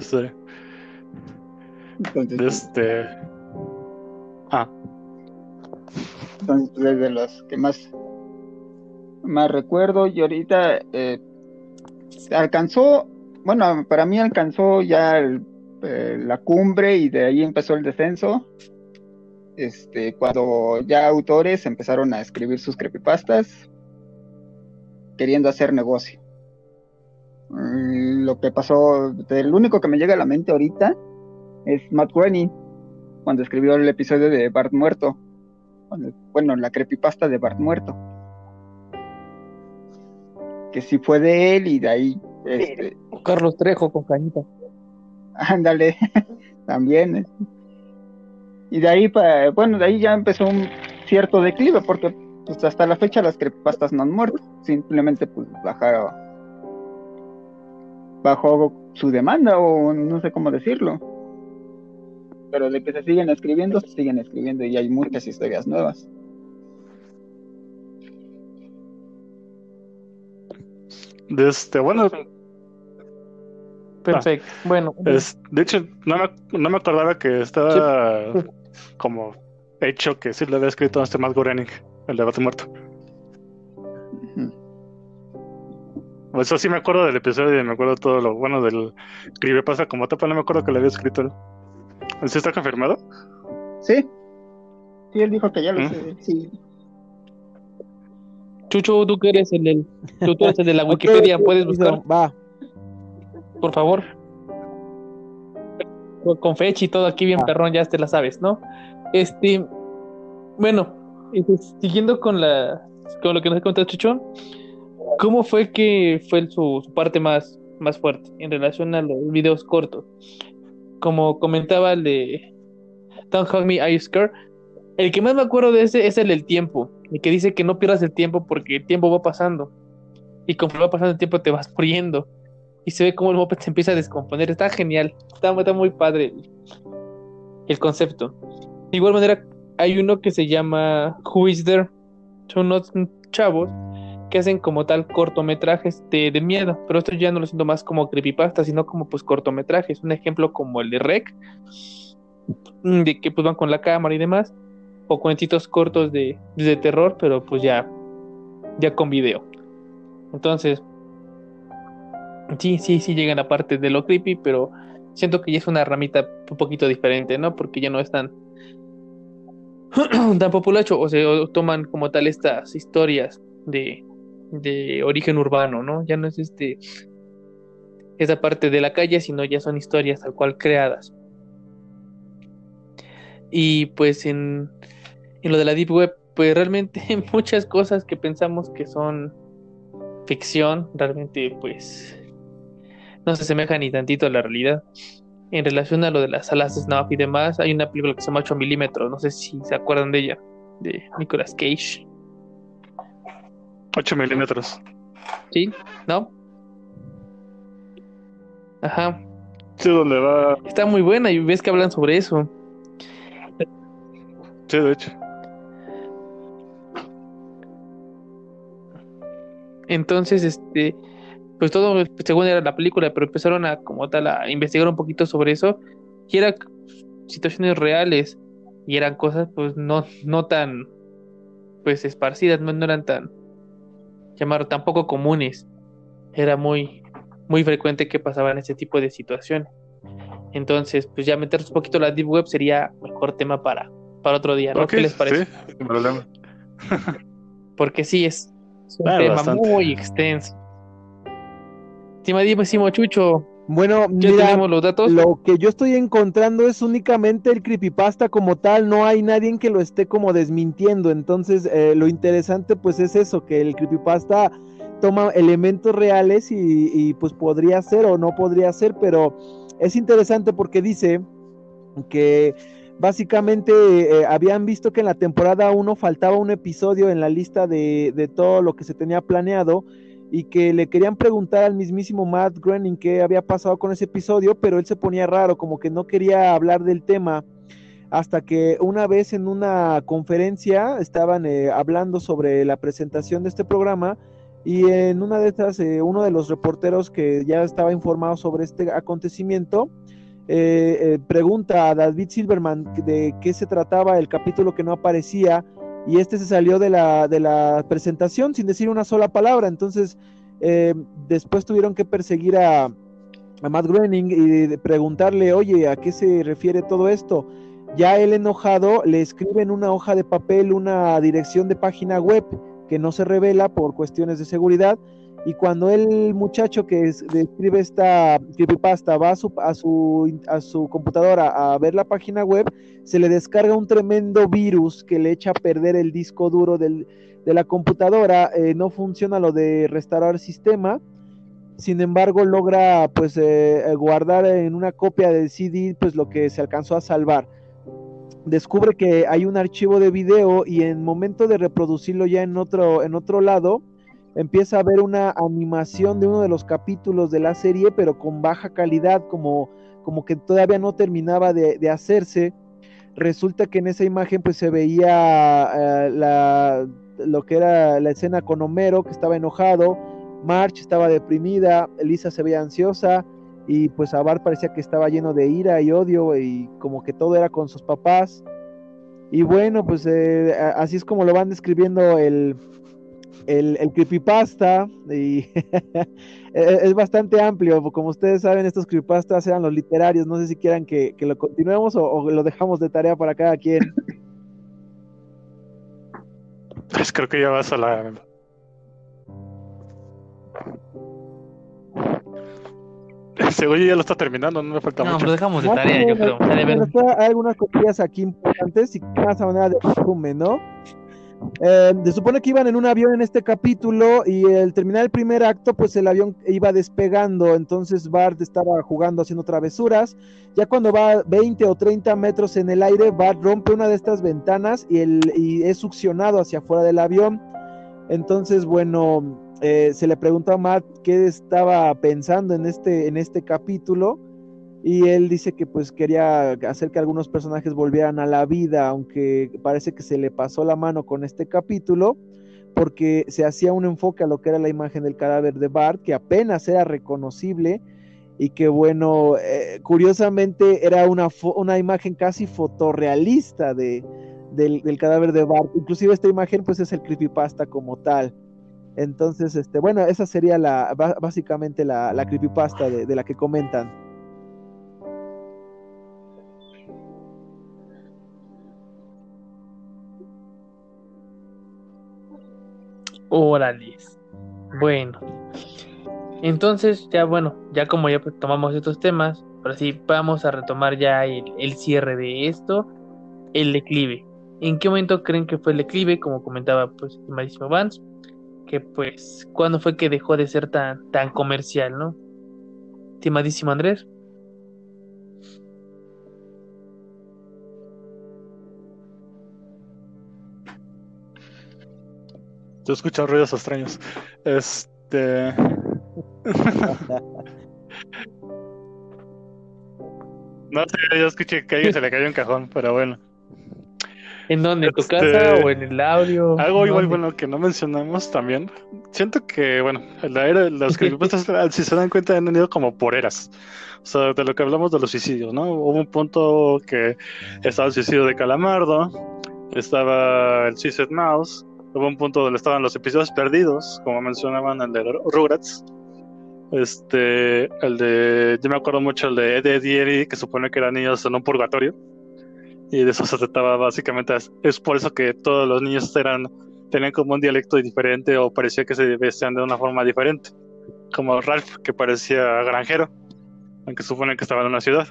entonces,
Ah,
entonces es de los que más recuerdo. Y ahorita alcanzó, bueno, para mí alcanzó ya la cumbre y de ahí empezó el descenso. Cuando ya autores empezaron a escribir sus creepypastas queriendo hacer negocio. Lo que pasó, el único que me llega a la mente ahorita es Matt Groening, cuando escribió el episodio de Bart Muerto. Bueno, la creepypasta de Bart Muerto. Que sí fue de él y de ahí,
Carlos Trejo con cañita.
ándale, también. Y de ahí, de ahí ya empezó un cierto declive, porque pues, hasta la fecha las creepypastas no han muerto, simplemente pues bajó su demanda, o no sé cómo decirlo. Pero de que se siguen escribiendo y hay muchas historias nuevas.
Bueno,
Perfecto. Bueno,
de hecho, no me acordaba que estaba como hecho que sí le había escrito a Matt Groening, el de Bart Muerto. Eso sí me acuerdo del episodio y me acuerdo todo lo bueno del creepypasta como tapa, no me acuerdo que le había escrito él. ¿Sí está confirmado?
Sí, él dijo que ya lo sé, sí.
Chucho, tú que eres tú eres el de la
Ok,
Wikipedia, ¿puedes buscar?
Va.
Por favor. Con fecha y todo aquí bien perrón, ya te la sabes, ¿no? Bueno, siguiendo con lo que nos contó Chucho, ¿cómo fue que fue su parte más fuerte en relación a los videos cortos? Como comentaba el de Don't Hug Me, Are You Scared? El que más me acuerdo de ese es el del tiempo, el que dice que no pierdas el tiempo porque el tiempo va pasando y conforme va pasando el tiempo te vas muriendo y se ve como el moped se empieza a descomponer. Está genial, está muy padre el concepto. De igual manera, hay uno que se llama Who Is There? Son unos chavos que hacen como tal cortometrajes de miedo, pero esto ya no lo siento más como creepypasta, sino como pues cortometrajes. Un ejemplo como el de Rec, de que pues van con la cámara y demás, o cuentitos cortos de terror, pero pues ya con video. Entonces, sí llegan a parte de lo creepy, pero siento que ya es una ramita un poquito diferente, ¿no? Porque ya no es tan populacho, o sea, o toman como tal estas historias de origen urbano, ¿no? Ya no es esa parte de la calle, sino ya son historias tal cual creadas. Y pues en lo de la Deep Web, pues realmente muchas cosas que pensamos que son ficción, realmente pues no se asemejan ni tantito a la realidad. En relación a lo de las salas de Snuff y demás, hay una película que se llama 8 milímetros, no sé si se acuerdan de ella, de Nicolas Cage.
8 milímetros.
¿Sí? ¿No? Ajá.
Sí, donde va.
Está muy buena y ves que hablan sobre eso.
Sí, de hecho.
Entonces, pues todo según era la película, pero empezaron a como tal a investigar un poquito sobre eso y eran situaciones reales y eran cosas pues no tan pues esparcidas, no eran tan llamaron tampoco comunes, era muy frecuente que pasaban ese tipo de situaciones. Entonces, pues ya meternos un poquito a la Deep Web sería mejor tema para otro día, ¿no?
Ok,
¿Qué les
sí,
parece?
sin problema.
Porque sí, es un tema
Bastante.
muy extenso. Estimadísimo Chucho,
Bueno,
ya
mira,
tenemos los datos.
lo que yo estoy encontrando es únicamente el creepypasta como tal, no hay nadie que lo esté como desmintiendo, entonces lo interesante pues es eso, que el creepypasta toma elementos reales y pues podría ser o no podría ser, pero es interesante porque dice que básicamente habían visto que en la temporada 1 faltaba un episodio en la lista de todo lo que se tenía planeado y que le querían preguntar al mismísimo Matt Groening qué había pasado con ese episodio, pero él se ponía raro, como que no quería hablar del tema, hasta que una vez en una conferencia estaban hablando sobre la presentación de este programa y en una de estas uno de los reporteros que ya estaba informado sobre este acontecimiento pregunta a David Silverman de qué se trataba el capítulo que no aparecía y este se salió de la presentación sin decir una sola palabra, entonces después tuvieron que perseguir a Matt Groening y preguntarle, oye, ¿a qué se refiere todo esto? Ya él enojado le escribe en una hoja de papel una dirección de página web que no se revela por cuestiones de seguridad y cuando el muchacho que escribe esta creepypasta va a su computadora a ver la página web, se le descarga un tremendo virus que le echa a perder el disco duro de la computadora, no funciona lo de restaurar sistema, sin embargo logra pues guardar en una copia del CD pues lo que se alcanzó a salvar. Descubre que hay un archivo de video y en momento de reproducirlo ya en otro lado, empieza a ver una animación de uno de los capítulos de la serie, pero con baja calidad, como que todavía no terminaba de hacerse. Resulta que en esa imagen pues se veía lo que era la escena con Homero, que estaba enojado, Marge estaba deprimida, Lisa se veía ansiosa, y pues a Bart parecía que estaba lleno de ira y odio, y como que todo era con sus papás. Y bueno, pues así es como lo van describiendo el creepypasta y es bastante amplio, como ustedes saben estos creepypastas eran los literarios, no sé si quieran que lo continuemos o lo dejamos de tarea para cada quien.
Pues creo que ya vas a la... Según yo ya lo está terminando, no me falta
No,
mucho.
lo dejamos de
Más o
tarea, yo
menos,
creo. Ya de ver.
hay algunas cosillas aquí importantes y más a manera de resumen, ¿no? Se supone que iban en un avión en este capítulo y al terminar el primer acto, pues el avión iba despegando, entonces Bart estaba jugando, haciendo travesuras. Ya cuando va 20 o 30 metros en el aire, Bart rompe una de estas ventanas y es succionado hacia afuera del avión. Entonces, bueno, se le preguntó a Matt qué estaba pensando en este capítulo y él dice que pues quería hacer que algunos personajes volvieran a la vida, aunque parece que se le pasó la mano con este capítulo, porque se hacía un enfoque a lo que era la imagen del cadáver de Bart, que apenas era reconocible, y que bueno, curiosamente era una imagen casi fotorrealista del cadáver de Bart, inclusive esta imagen pues es el creepypasta como tal. Entonces, bueno, esa sería básicamente la creepypasta de la que comentan.
Órale. Bueno, entonces ya bueno, ya como ya pues, tomamos estos temas, ahora sí vamos a retomar ya el cierre de esto, el declive. ¿En qué momento creen que fue el declive? Como comentaba pues estimadísimo Vance, que pues cuándo fue que dejó de ser tan comercial, ¿no? Estimadísimo Andrés.
Yo escucho ruidos extraños. No sé, yo escuché que a alguien se le cayó un cajón, pero bueno.
¿En dónde? ¿En tu
Este,
casa o en el audio?
Algo
¿En
igual
dónde?
bueno que no mencionamos también. Siento que, bueno, en la era de los creepypastas, si se dan cuenta, han ido como por eras. O sea, de lo que hablamos de los suicidios, ¿no? Hubo un punto que estaba el suicidio de Calamardo, estaba el Suicide Mouse, hubo un punto donde estaban los episodios perdidos, como mencionaban el de Rugrats. El de, yo me acuerdo mucho el de Ed, Edd y Eddy, que supone que eran niños en un purgatorio. Y de eso se trataba básicamente. Es por eso que todos los niños tenían como un dialecto diferente o parecía que se vestían de una forma diferente. Como Ralph, que parecía granjero, aunque supone que estaba en una ciudad.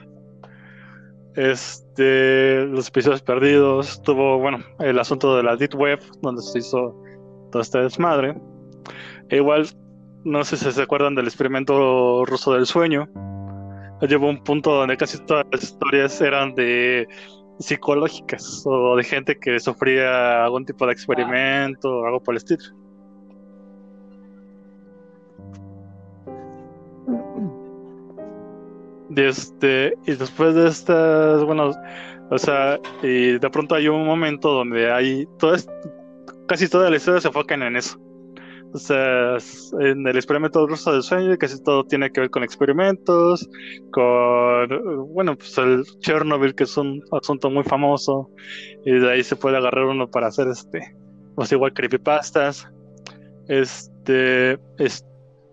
Los episodios perdidos, tuvo, bueno, el asunto de la Deep Web, donde se hizo toda esta desmadre. E igual, no sé si se acuerdan del experimento ruso del sueño. Llevó un punto donde casi todas las historias eran de psicológicas o de gente que sufría algún tipo de experimento o algo por el estilo. Y después de estas, bueno, o sea, y de pronto hay un momento donde casi toda la historia se enfocan en eso. O sea, en el experimento ruso del sueño casi todo tiene que ver con experimentos, bueno, pues el Chernobyl, que es un asunto muy famoso, y de ahí se puede agarrar uno para hacer pues igual creepypastas. Este, es,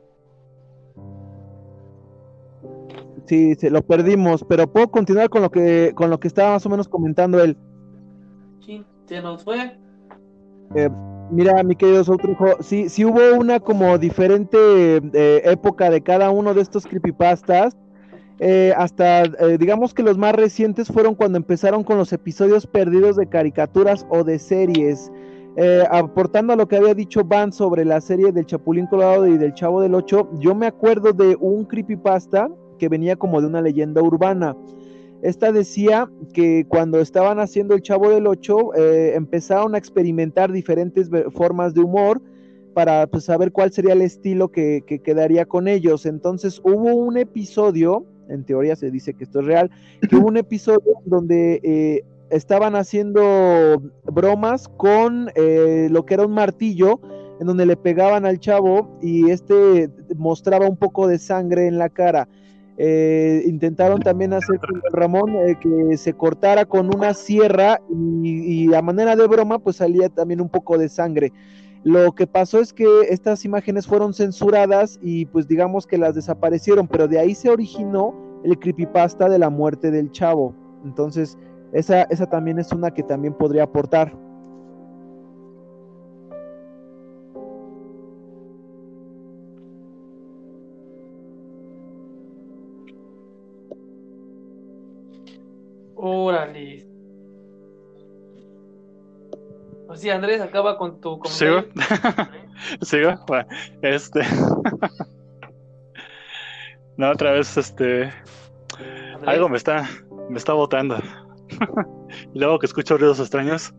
Sí, se lo perdimos, pero puedo continuar con lo que estaba más o menos comentando él.
Sí, se nos fue.
Mira, mi querido Soutrujo, sí hubo una como diferente época de cada uno de estos creepypastas. Hasta digamos que los más recientes fueron cuando empezaron con los episodios perdidos de caricaturas o de series. Aportando a lo que había dicho Van sobre la serie del Chapulín Colorado y del Chavo del Ocho, yo me acuerdo de un creepypasta que venía como de una leyenda urbana. Esta decía que cuando estaban haciendo el Chavo del Ocho, empezaron a experimentar diferentes formas de humor para pues, saber cuál sería el estilo que quedaría con ellos. Entonces hubo un episodio, en teoría se dice que esto es real, que hubo un episodio donde estaban haciendo bromas con lo que era un martillo, en donde le pegaban al chavo y este mostraba un poco de sangre en la cara. Intentaron también hacer con Ramón que se cortara con una sierra y a manera de broma pues salía también un poco de sangre. Lo que pasó es que estas imágenes fueron censuradas y pues digamos que las desaparecieron, pero de ahí se originó el creepypasta de la muerte del chavo. Entonces esa también es una que también podría aportar.
Órale. O sea, Andrés, acaba con tu
¿Sigo?
comentario.
¿Sigo? Bueno, no, otra vez,
Andrés.
algo me está botando. Y luego que escucho ruidos extraños.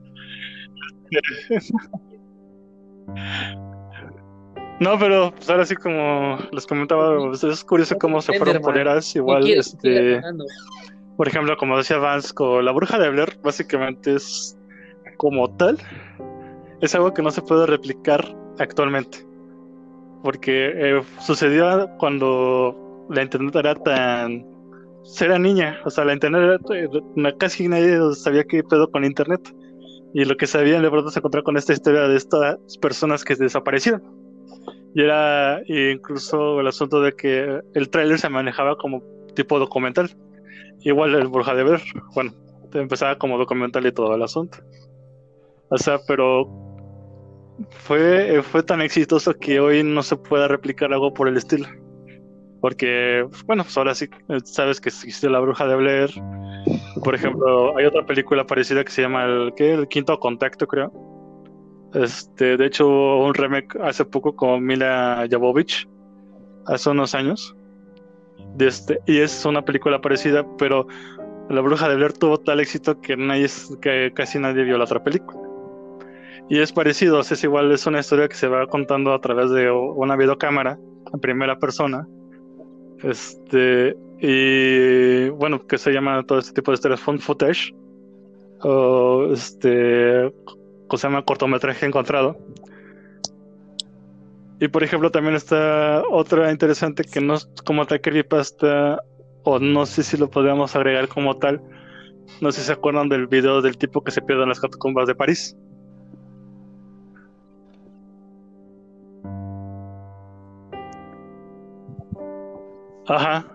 No, pero pues ahora sí, como les comentaba, pues, es curioso cómo se fueron por eras. Igual, por ejemplo, como decía Vance, con la bruja de Blair, básicamente es como tal, es algo que no se puede replicar actualmente. Porque sucedió cuando la internet era niña, o sea, la internet casi nadie sabía qué pedo con internet. Y lo que sabían de pronto se encontró con esta historia de estas personas que desaparecieron. Y era incluso el asunto de que el tráiler se manejaba como tipo documental. Igual el Bruja de Ver, bueno, empezaba como documental y todo el asunto. O sea, pero fue tan exitoso que hoy no se puede replicar algo por el estilo. Porque, bueno, pues ahora sí sabes que existe la Bruja de Blair. Por ejemplo, hay otra película parecida que se llama el Quinto Contacto, creo. De hecho, hubo un remake hace poco con Mila Jovovich, hace unos años. Y es una película parecida, pero La Bruja de Blair tuvo tal éxito que casi nadie vio la otra película. Y es parecido, es igual, es una historia que se va contando a través de una videocámara en primera persona. Y bueno, que se llama todo este tipo de historias found footage. o ¿cómo se llama? Cortometraje encontrado. Y por ejemplo también está otra interesante que no es como tal creepypasta, o no sé si lo podríamos agregar como tal. No sé si se acuerdan del video del tipo que se pierde en las catacumbas de París. Ajá.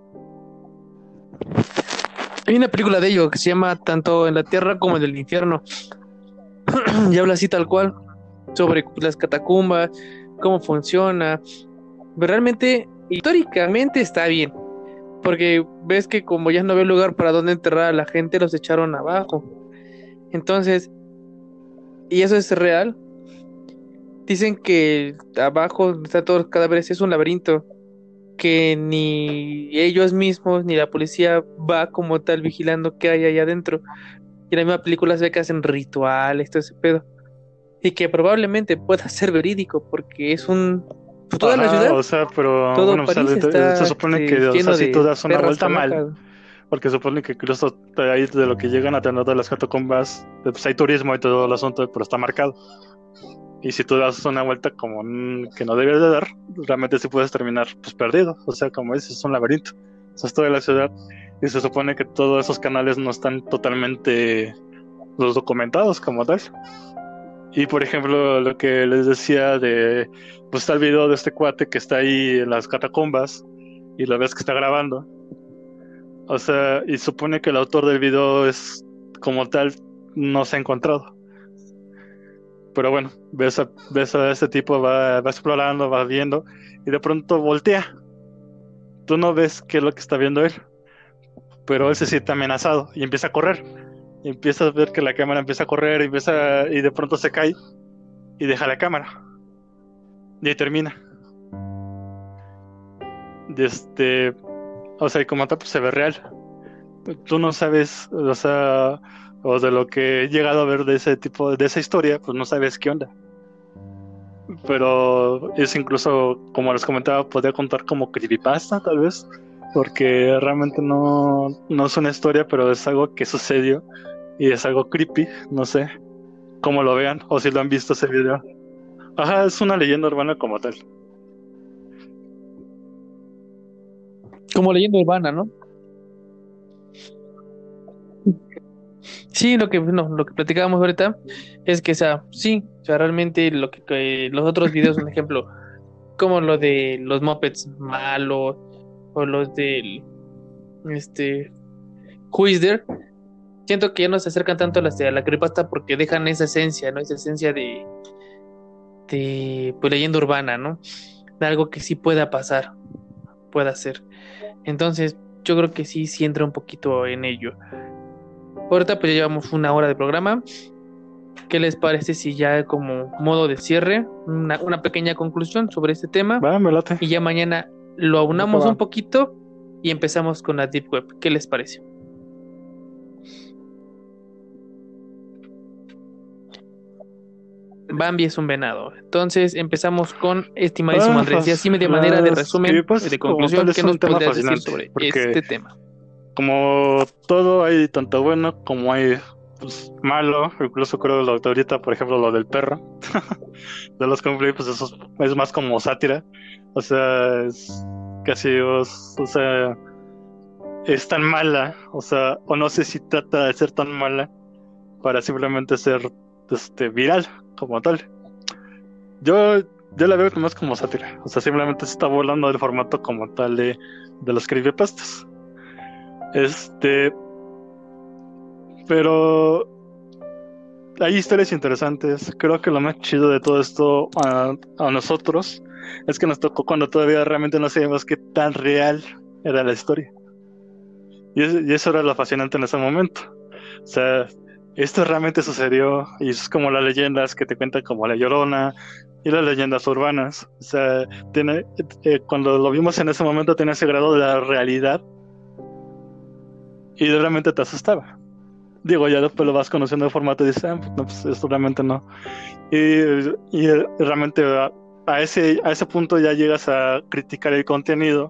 Hay una película de ello que se llama Tanto en la Tierra como en el Infierno. Y habla así tal cual sobre las catacumbas, cómo funciona. Pero realmente, históricamente está bien. Porque ves que como ya no había lugar para donde enterrar a la gente, los echaron abajo. Entonces, y eso es real. Dicen que abajo donde están todos los cadáveres es un laberinto que ni ellos mismos ni la policía va como tal vigilando qué hay allá adentro. Y en la misma película se ve que hacen rituales, todo ese pedo. Y que probablemente pueda ser verídico porque es pues, toda la
Ajá,
ciudad,
o sea, pero
todo
bueno, o sea,
París
se
está
supone que, o sea,
lleno
si tú
de
das una
perras
vuelta mal,
locas.
porque supone que incluso ahí de lo que llegan a tener de las catacumbas, pues hay turismo y todo el asunto, pero está marcado. Y si tú das una vuelta como que no debes de dar, realmente sí puedes terminar pues perdido. O sea, como dices, es un laberinto. O sea, es toda la ciudad y se supone que todos esos canales no están totalmente los documentados como tal. Y por ejemplo, lo que les decía de, pues está el video de este cuate que está ahí en las catacumbas y lo ves que está grabando. O sea, y supone que el autor del video es como tal, no se ha encontrado. Pero bueno, ves a este tipo, va explorando, va viendo, y de pronto voltea. Tú no ves qué es lo que está viendo él, pero él se siente amenazado y empieza a correr. Y empieza a ver que la cámara empieza a correr, y de pronto se cae y deja la cámara. Y ahí termina. De o sea, y como tal, pues se ve real. Tú no sabes, o sea, o de lo que he llegado a ver de ese tipo, de esa historia, pues no sabes qué onda. Pero es incluso, como les comentaba, podría contar como creepypasta, tal vez, porque realmente no es una historia, pero es algo que sucedió y es algo creepy, no sé cómo lo vean o si lo han visto ese video. Ajá, es una leyenda urbana como tal.
Como leyenda urbana, ¿no? Sí, lo que platicábamos ahorita es que, o sea, sí, o sea, realmente que los otros videos, un ejemplo, como lo de los Muppets malos, o los del, Who is There, siento que ya no se acercan tanto a a la creepypasta porque dejan esa esencia, ¿no? Esa esencia pues, leyenda urbana, ¿no? De algo que sí pueda pasar, pueda ser. Entonces, yo creo que sí entra un poquito en ello. Ahorita pues ya llevamos una hora de programa. ¿Qué les parece si ya como modo de cierre, una pequeña conclusión sobre este tema?
Va, me late.
Y ya mañana lo aunamos
Va.
un poquito y empezamos con la Deep Web. ¿Qué les parece? Bambi es un venado. Entonces empezamos con estimadísimo Andrés. Y así de manera de resumen y de
Como tal
conclusión,
es
¿qué
un
nos
tema
podrías decir
fascinante,
sobre
porque
este tema?
como todo hay tanto bueno como hay pues, malo, incluso creo lo de ahorita, por ejemplo, lo del perro de los conflictos, pues eso es más como sátira, o sea, es casi, o sea, es tan mala, o sea, o no sé si trata de ser tan mala para simplemente ser viral como tal. Yo, yo la veo más como sátira, o sea, simplemente se está volando del formato como tal de los creepypastas. Pero hay historias interesantes. Creo que lo más chido de todo esto a nosotros es que nos tocó cuando todavía realmente no sabíamos qué tan real era la historia. Y eso era lo fascinante en ese momento. O sea, esto realmente sucedió y es como las leyendas que te cuentan como La Llorona y las leyendas urbanas. O sea, cuando lo vimos en ese momento tenía ese grado de la realidad y realmente te asustaba. Digo, ya después lo vas conociendo de formato y dices, no, pues esto realmente no. Y realmente a ese punto ya llegas a criticar el contenido,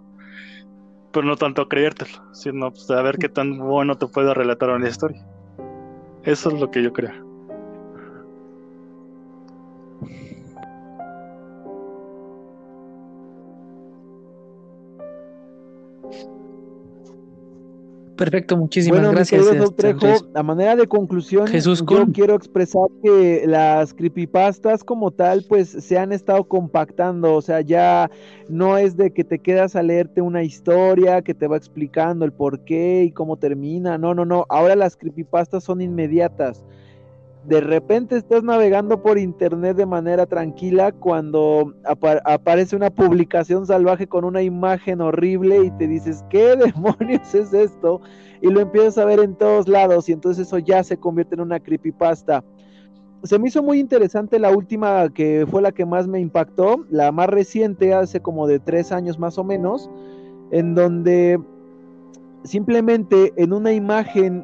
pero no tanto a creértelo, sino pues, a ver qué tan bueno te puede relatar una historia. Eso es lo que yo creo.
Perfecto, muchísimas
Bueno, mi
gracias,
querido Trejo,
Andrés.
a manera de conclusión,
Jesús
yo
Kun.
quiero expresar que las creepypastas como tal, pues se han estado compactando, o sea, ya no es de que te quedas a leerte una historia que te va explicando el por qué y cómo termina, no, ahora las creepypastas son inmediatas. De repente estás navegando por internet de manera tranquila cuando aparece una publicación salvaje con una imagen horrible y te dices, ¿qué demonios es esto? Y lo empiezas a ver en todos lados y entonces eso ya se convierte en una creepypasta. Se me hizo muy interesante la última, que fue la que más me impactó, la más reciente, hace como de 3 años más o menos, en donde simplemente en una imagen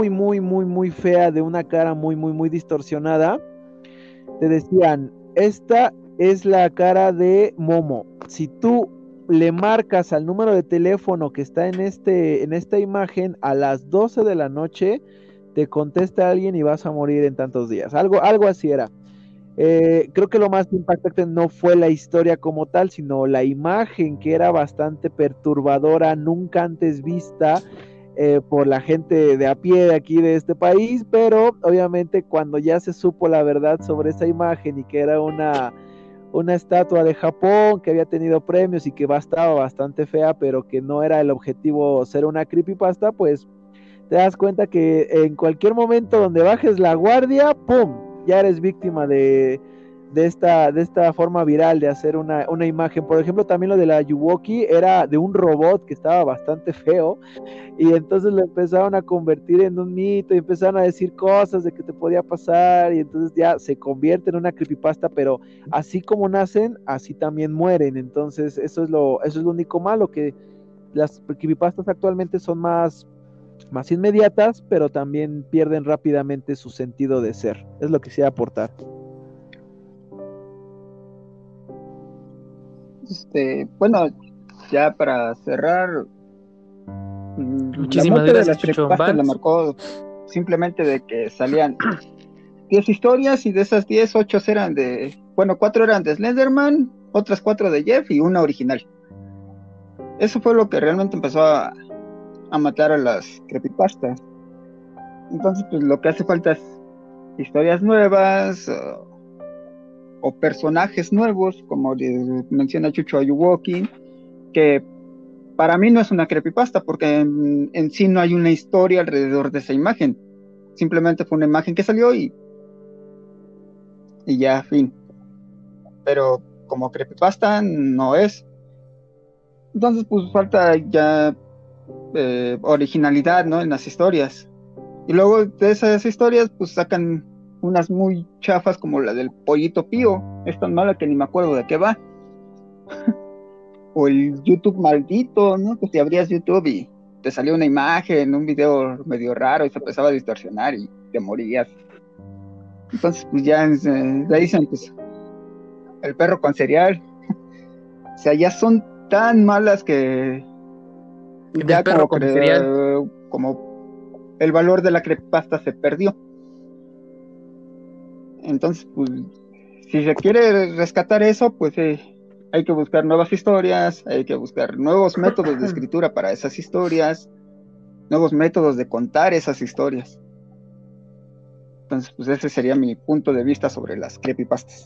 muy fea de una cara muy distorsionada, te decían, esta es la cara de Momo. Si tú le marcas al número de teléfono que está en esta imagen a las 12 de la noche, te contesta alguien y vas a morir en tantos días. Algo así era. Creo que lo más impactante no fue la historia como tal, sino la imagen, que era bastante perturbadora, nunca antes vista por la gente de a pie de aquí de este país, pero obviamente cuando ya se supo la verdad sobre esa imagen y que era una estatua de Japón que había tenido premios y que estaba bastante fea, pero que no era el objetivo ser una creepypasta, pues te das cuenta que en cualquier momento donde bajes la guardia, ¡pum!, ya eres víctima de esta forma viral de hacer una imagen. Por ejemplo, también lo de la Yuwoki era de un robot que estaba bastante feo, y entonces lo empezaron a convertir en un mito y empezaron a decir cosas de que te podía pasar, y entonces ya se convierte en una creepypasta, pero así como nacen, así también mueren. Entonces eso es lo único malo, que las creepypastas actualmente son más inmediatas, pero también pierden rápidamente su sentido de ser. Es lo que quisiera aportar.
Bueno, ya para cerrar, la
Muchísimas
muerte de
gracias,
las
Chucho.
creepypastas la
Vance.
marcó simplemente de que salían 10 historias y de esas 10, 8 eran bueno, 4 eran de Slenderman, otras 4 de Jeff y una original. Eso fue lo que realmente empezó a matar a las creepypastas. Entonces, pues lo que hace falta es historias nuevas o personajes nuevos, como menciona Chucho Ayuwoki, que para mí no es una creepypasta, porque en sí no hay una historia alrededor de esa imagen. Simplemente fue una imagen que salió y ya, fin. Pero como creepypasta no es. Entonces, pues falta ya originalidad, ¿no?, en las historias. Y luego de esas historias, pues sacan unas muy chafas como la del Pollito Pío. Es tan mala que ni me acuerdo de qué va. O el YouTube maldito, ¿no? Que si abrías YouTube y te salía una imagen, un video medio raro y se empezaba a distorsionar y te morías. Entonces, pues ya le dicen, pues, el perro con cereal. O sea, ya son tan malas que ya
El perro con cereal.
como el valor de la creepypasta se perdió. Entonces, pues, si se quiere rescatar eso, pues hay que buscar nuevas historias, hay que buscar nuevos métodos de escritura para esas historias, nuevos métodos de contar esas historias. Entonces, pues ese sería mi punto de vista sobre las creepypastas.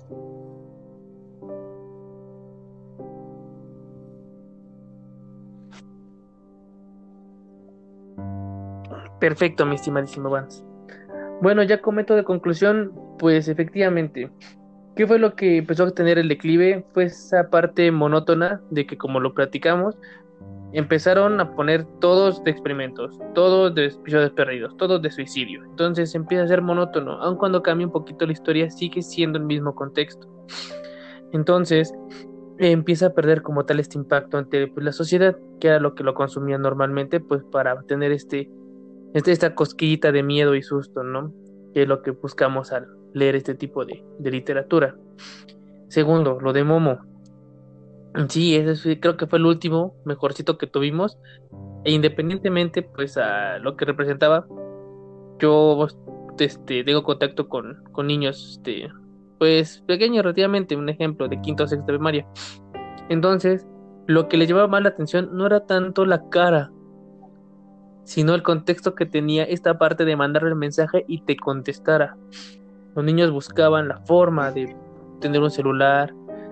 Perfecto, mi estimadísimo Vance. Bueno, ya con método de conclusión, pues efectivamente, ¿qué fue lo que empezó a tener el declive? Fue esa parte monótona de que, como lo platicamos, empezaron a poner todos de experimentos, todos de episodios perdidos, todos de suicidio. Entonces empieza a ser monótono, aun cuando cambia un poquito la historia, sigue siendo el mismo contexto. Entonces empieza a perder como tal este impacto ante, pues, la sociedad, que era lo que lo consumía normalmente, pues para tener esta cosquillita de miedo y susto, ¿no? Que es lo que buscamos al leer este tipo de literatura. Segundo, lo de Momo. Sí, creo que fue el último mejorcito que tuvimos. E independientemente, pues, a lo que representaba, yo tengo contacto con niños, pues pequeños relativamente, un ejemplo de quinto o sexto de primaria. Entonces, lo que les llamaba más la atención no era tanto la cara, sino el contexto que tenía esta parte de mandarle el mensaje y te contestara. Los niños buscaban la forma de tener un celular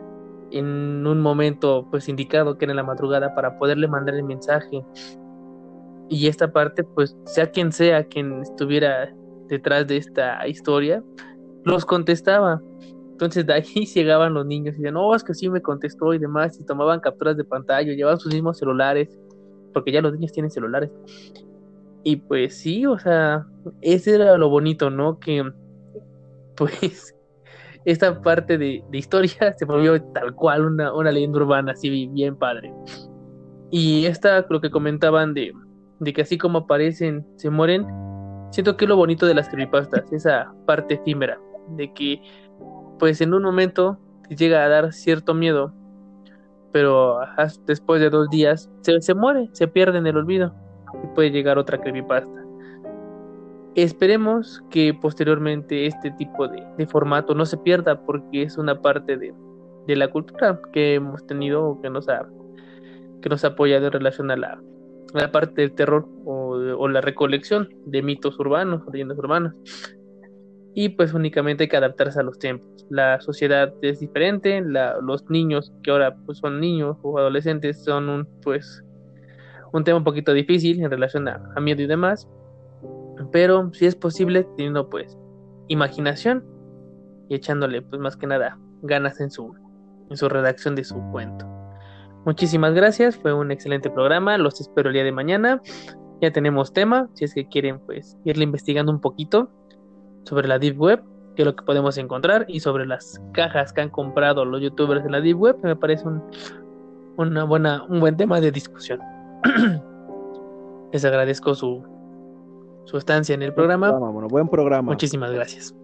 en un momento pues indicado, que era en la madrugada, para poderle mandar el mensaje. Y esta parte, pues sea quien estuviera detrás de esta historia, los contestaba. Entonces de ahí llegaban los niños y decían, no, es que sí me contestó y demás, y tomaban capturas de pantalla, llevaban sus mismos celulares, porque ya los niños tienen celulares. Y pues sí, o sea, ese era lo bonito, ¿no? Que pues esta parte de historia se volvió tal cual una leyenda urbana, así bien padre. Y lo que comentaban de que así como aparecen, se mueren, siento que es lo bonito de las creepypastas, esa parte efímera, de que pues en un momento te llega a dar cierto miedo, pero después de 2 días se muere, se pierde en el olvido y puede llegar otra creepypasta. Esperemos que posteriormente este tipo de formato no se pierda, porque es una parte de la cultura que hemos tenido o que nos ha apoyado en relación a la parte del terror o la recolección de mitos urbanos o leyendas urbanas. Y pues únicamente hay que adaptarse a los tiempos. La sociedad es diferente, los niños que ahora pues son niños o adolescentes son un tema un poquito difícil en relación a miedo y demás, pero si es posible teniendo pues imaginación y echándole pues más que nada ganas en su redacción de su cuento. Muchísimas gracias, fue un excelente programa, los espero el día de mañana. Ya tenemos tema, si es que quieren pues irle investigando un poquito sobre la Deep Web, qué es lo que podemos encontrar, y sobre las cajas que han comprado los youtubers de la Deep Web, me parece un buen tema de discusión. Les agradezco su estancia en el programa.
Buen programa.
Muchísimas gracias.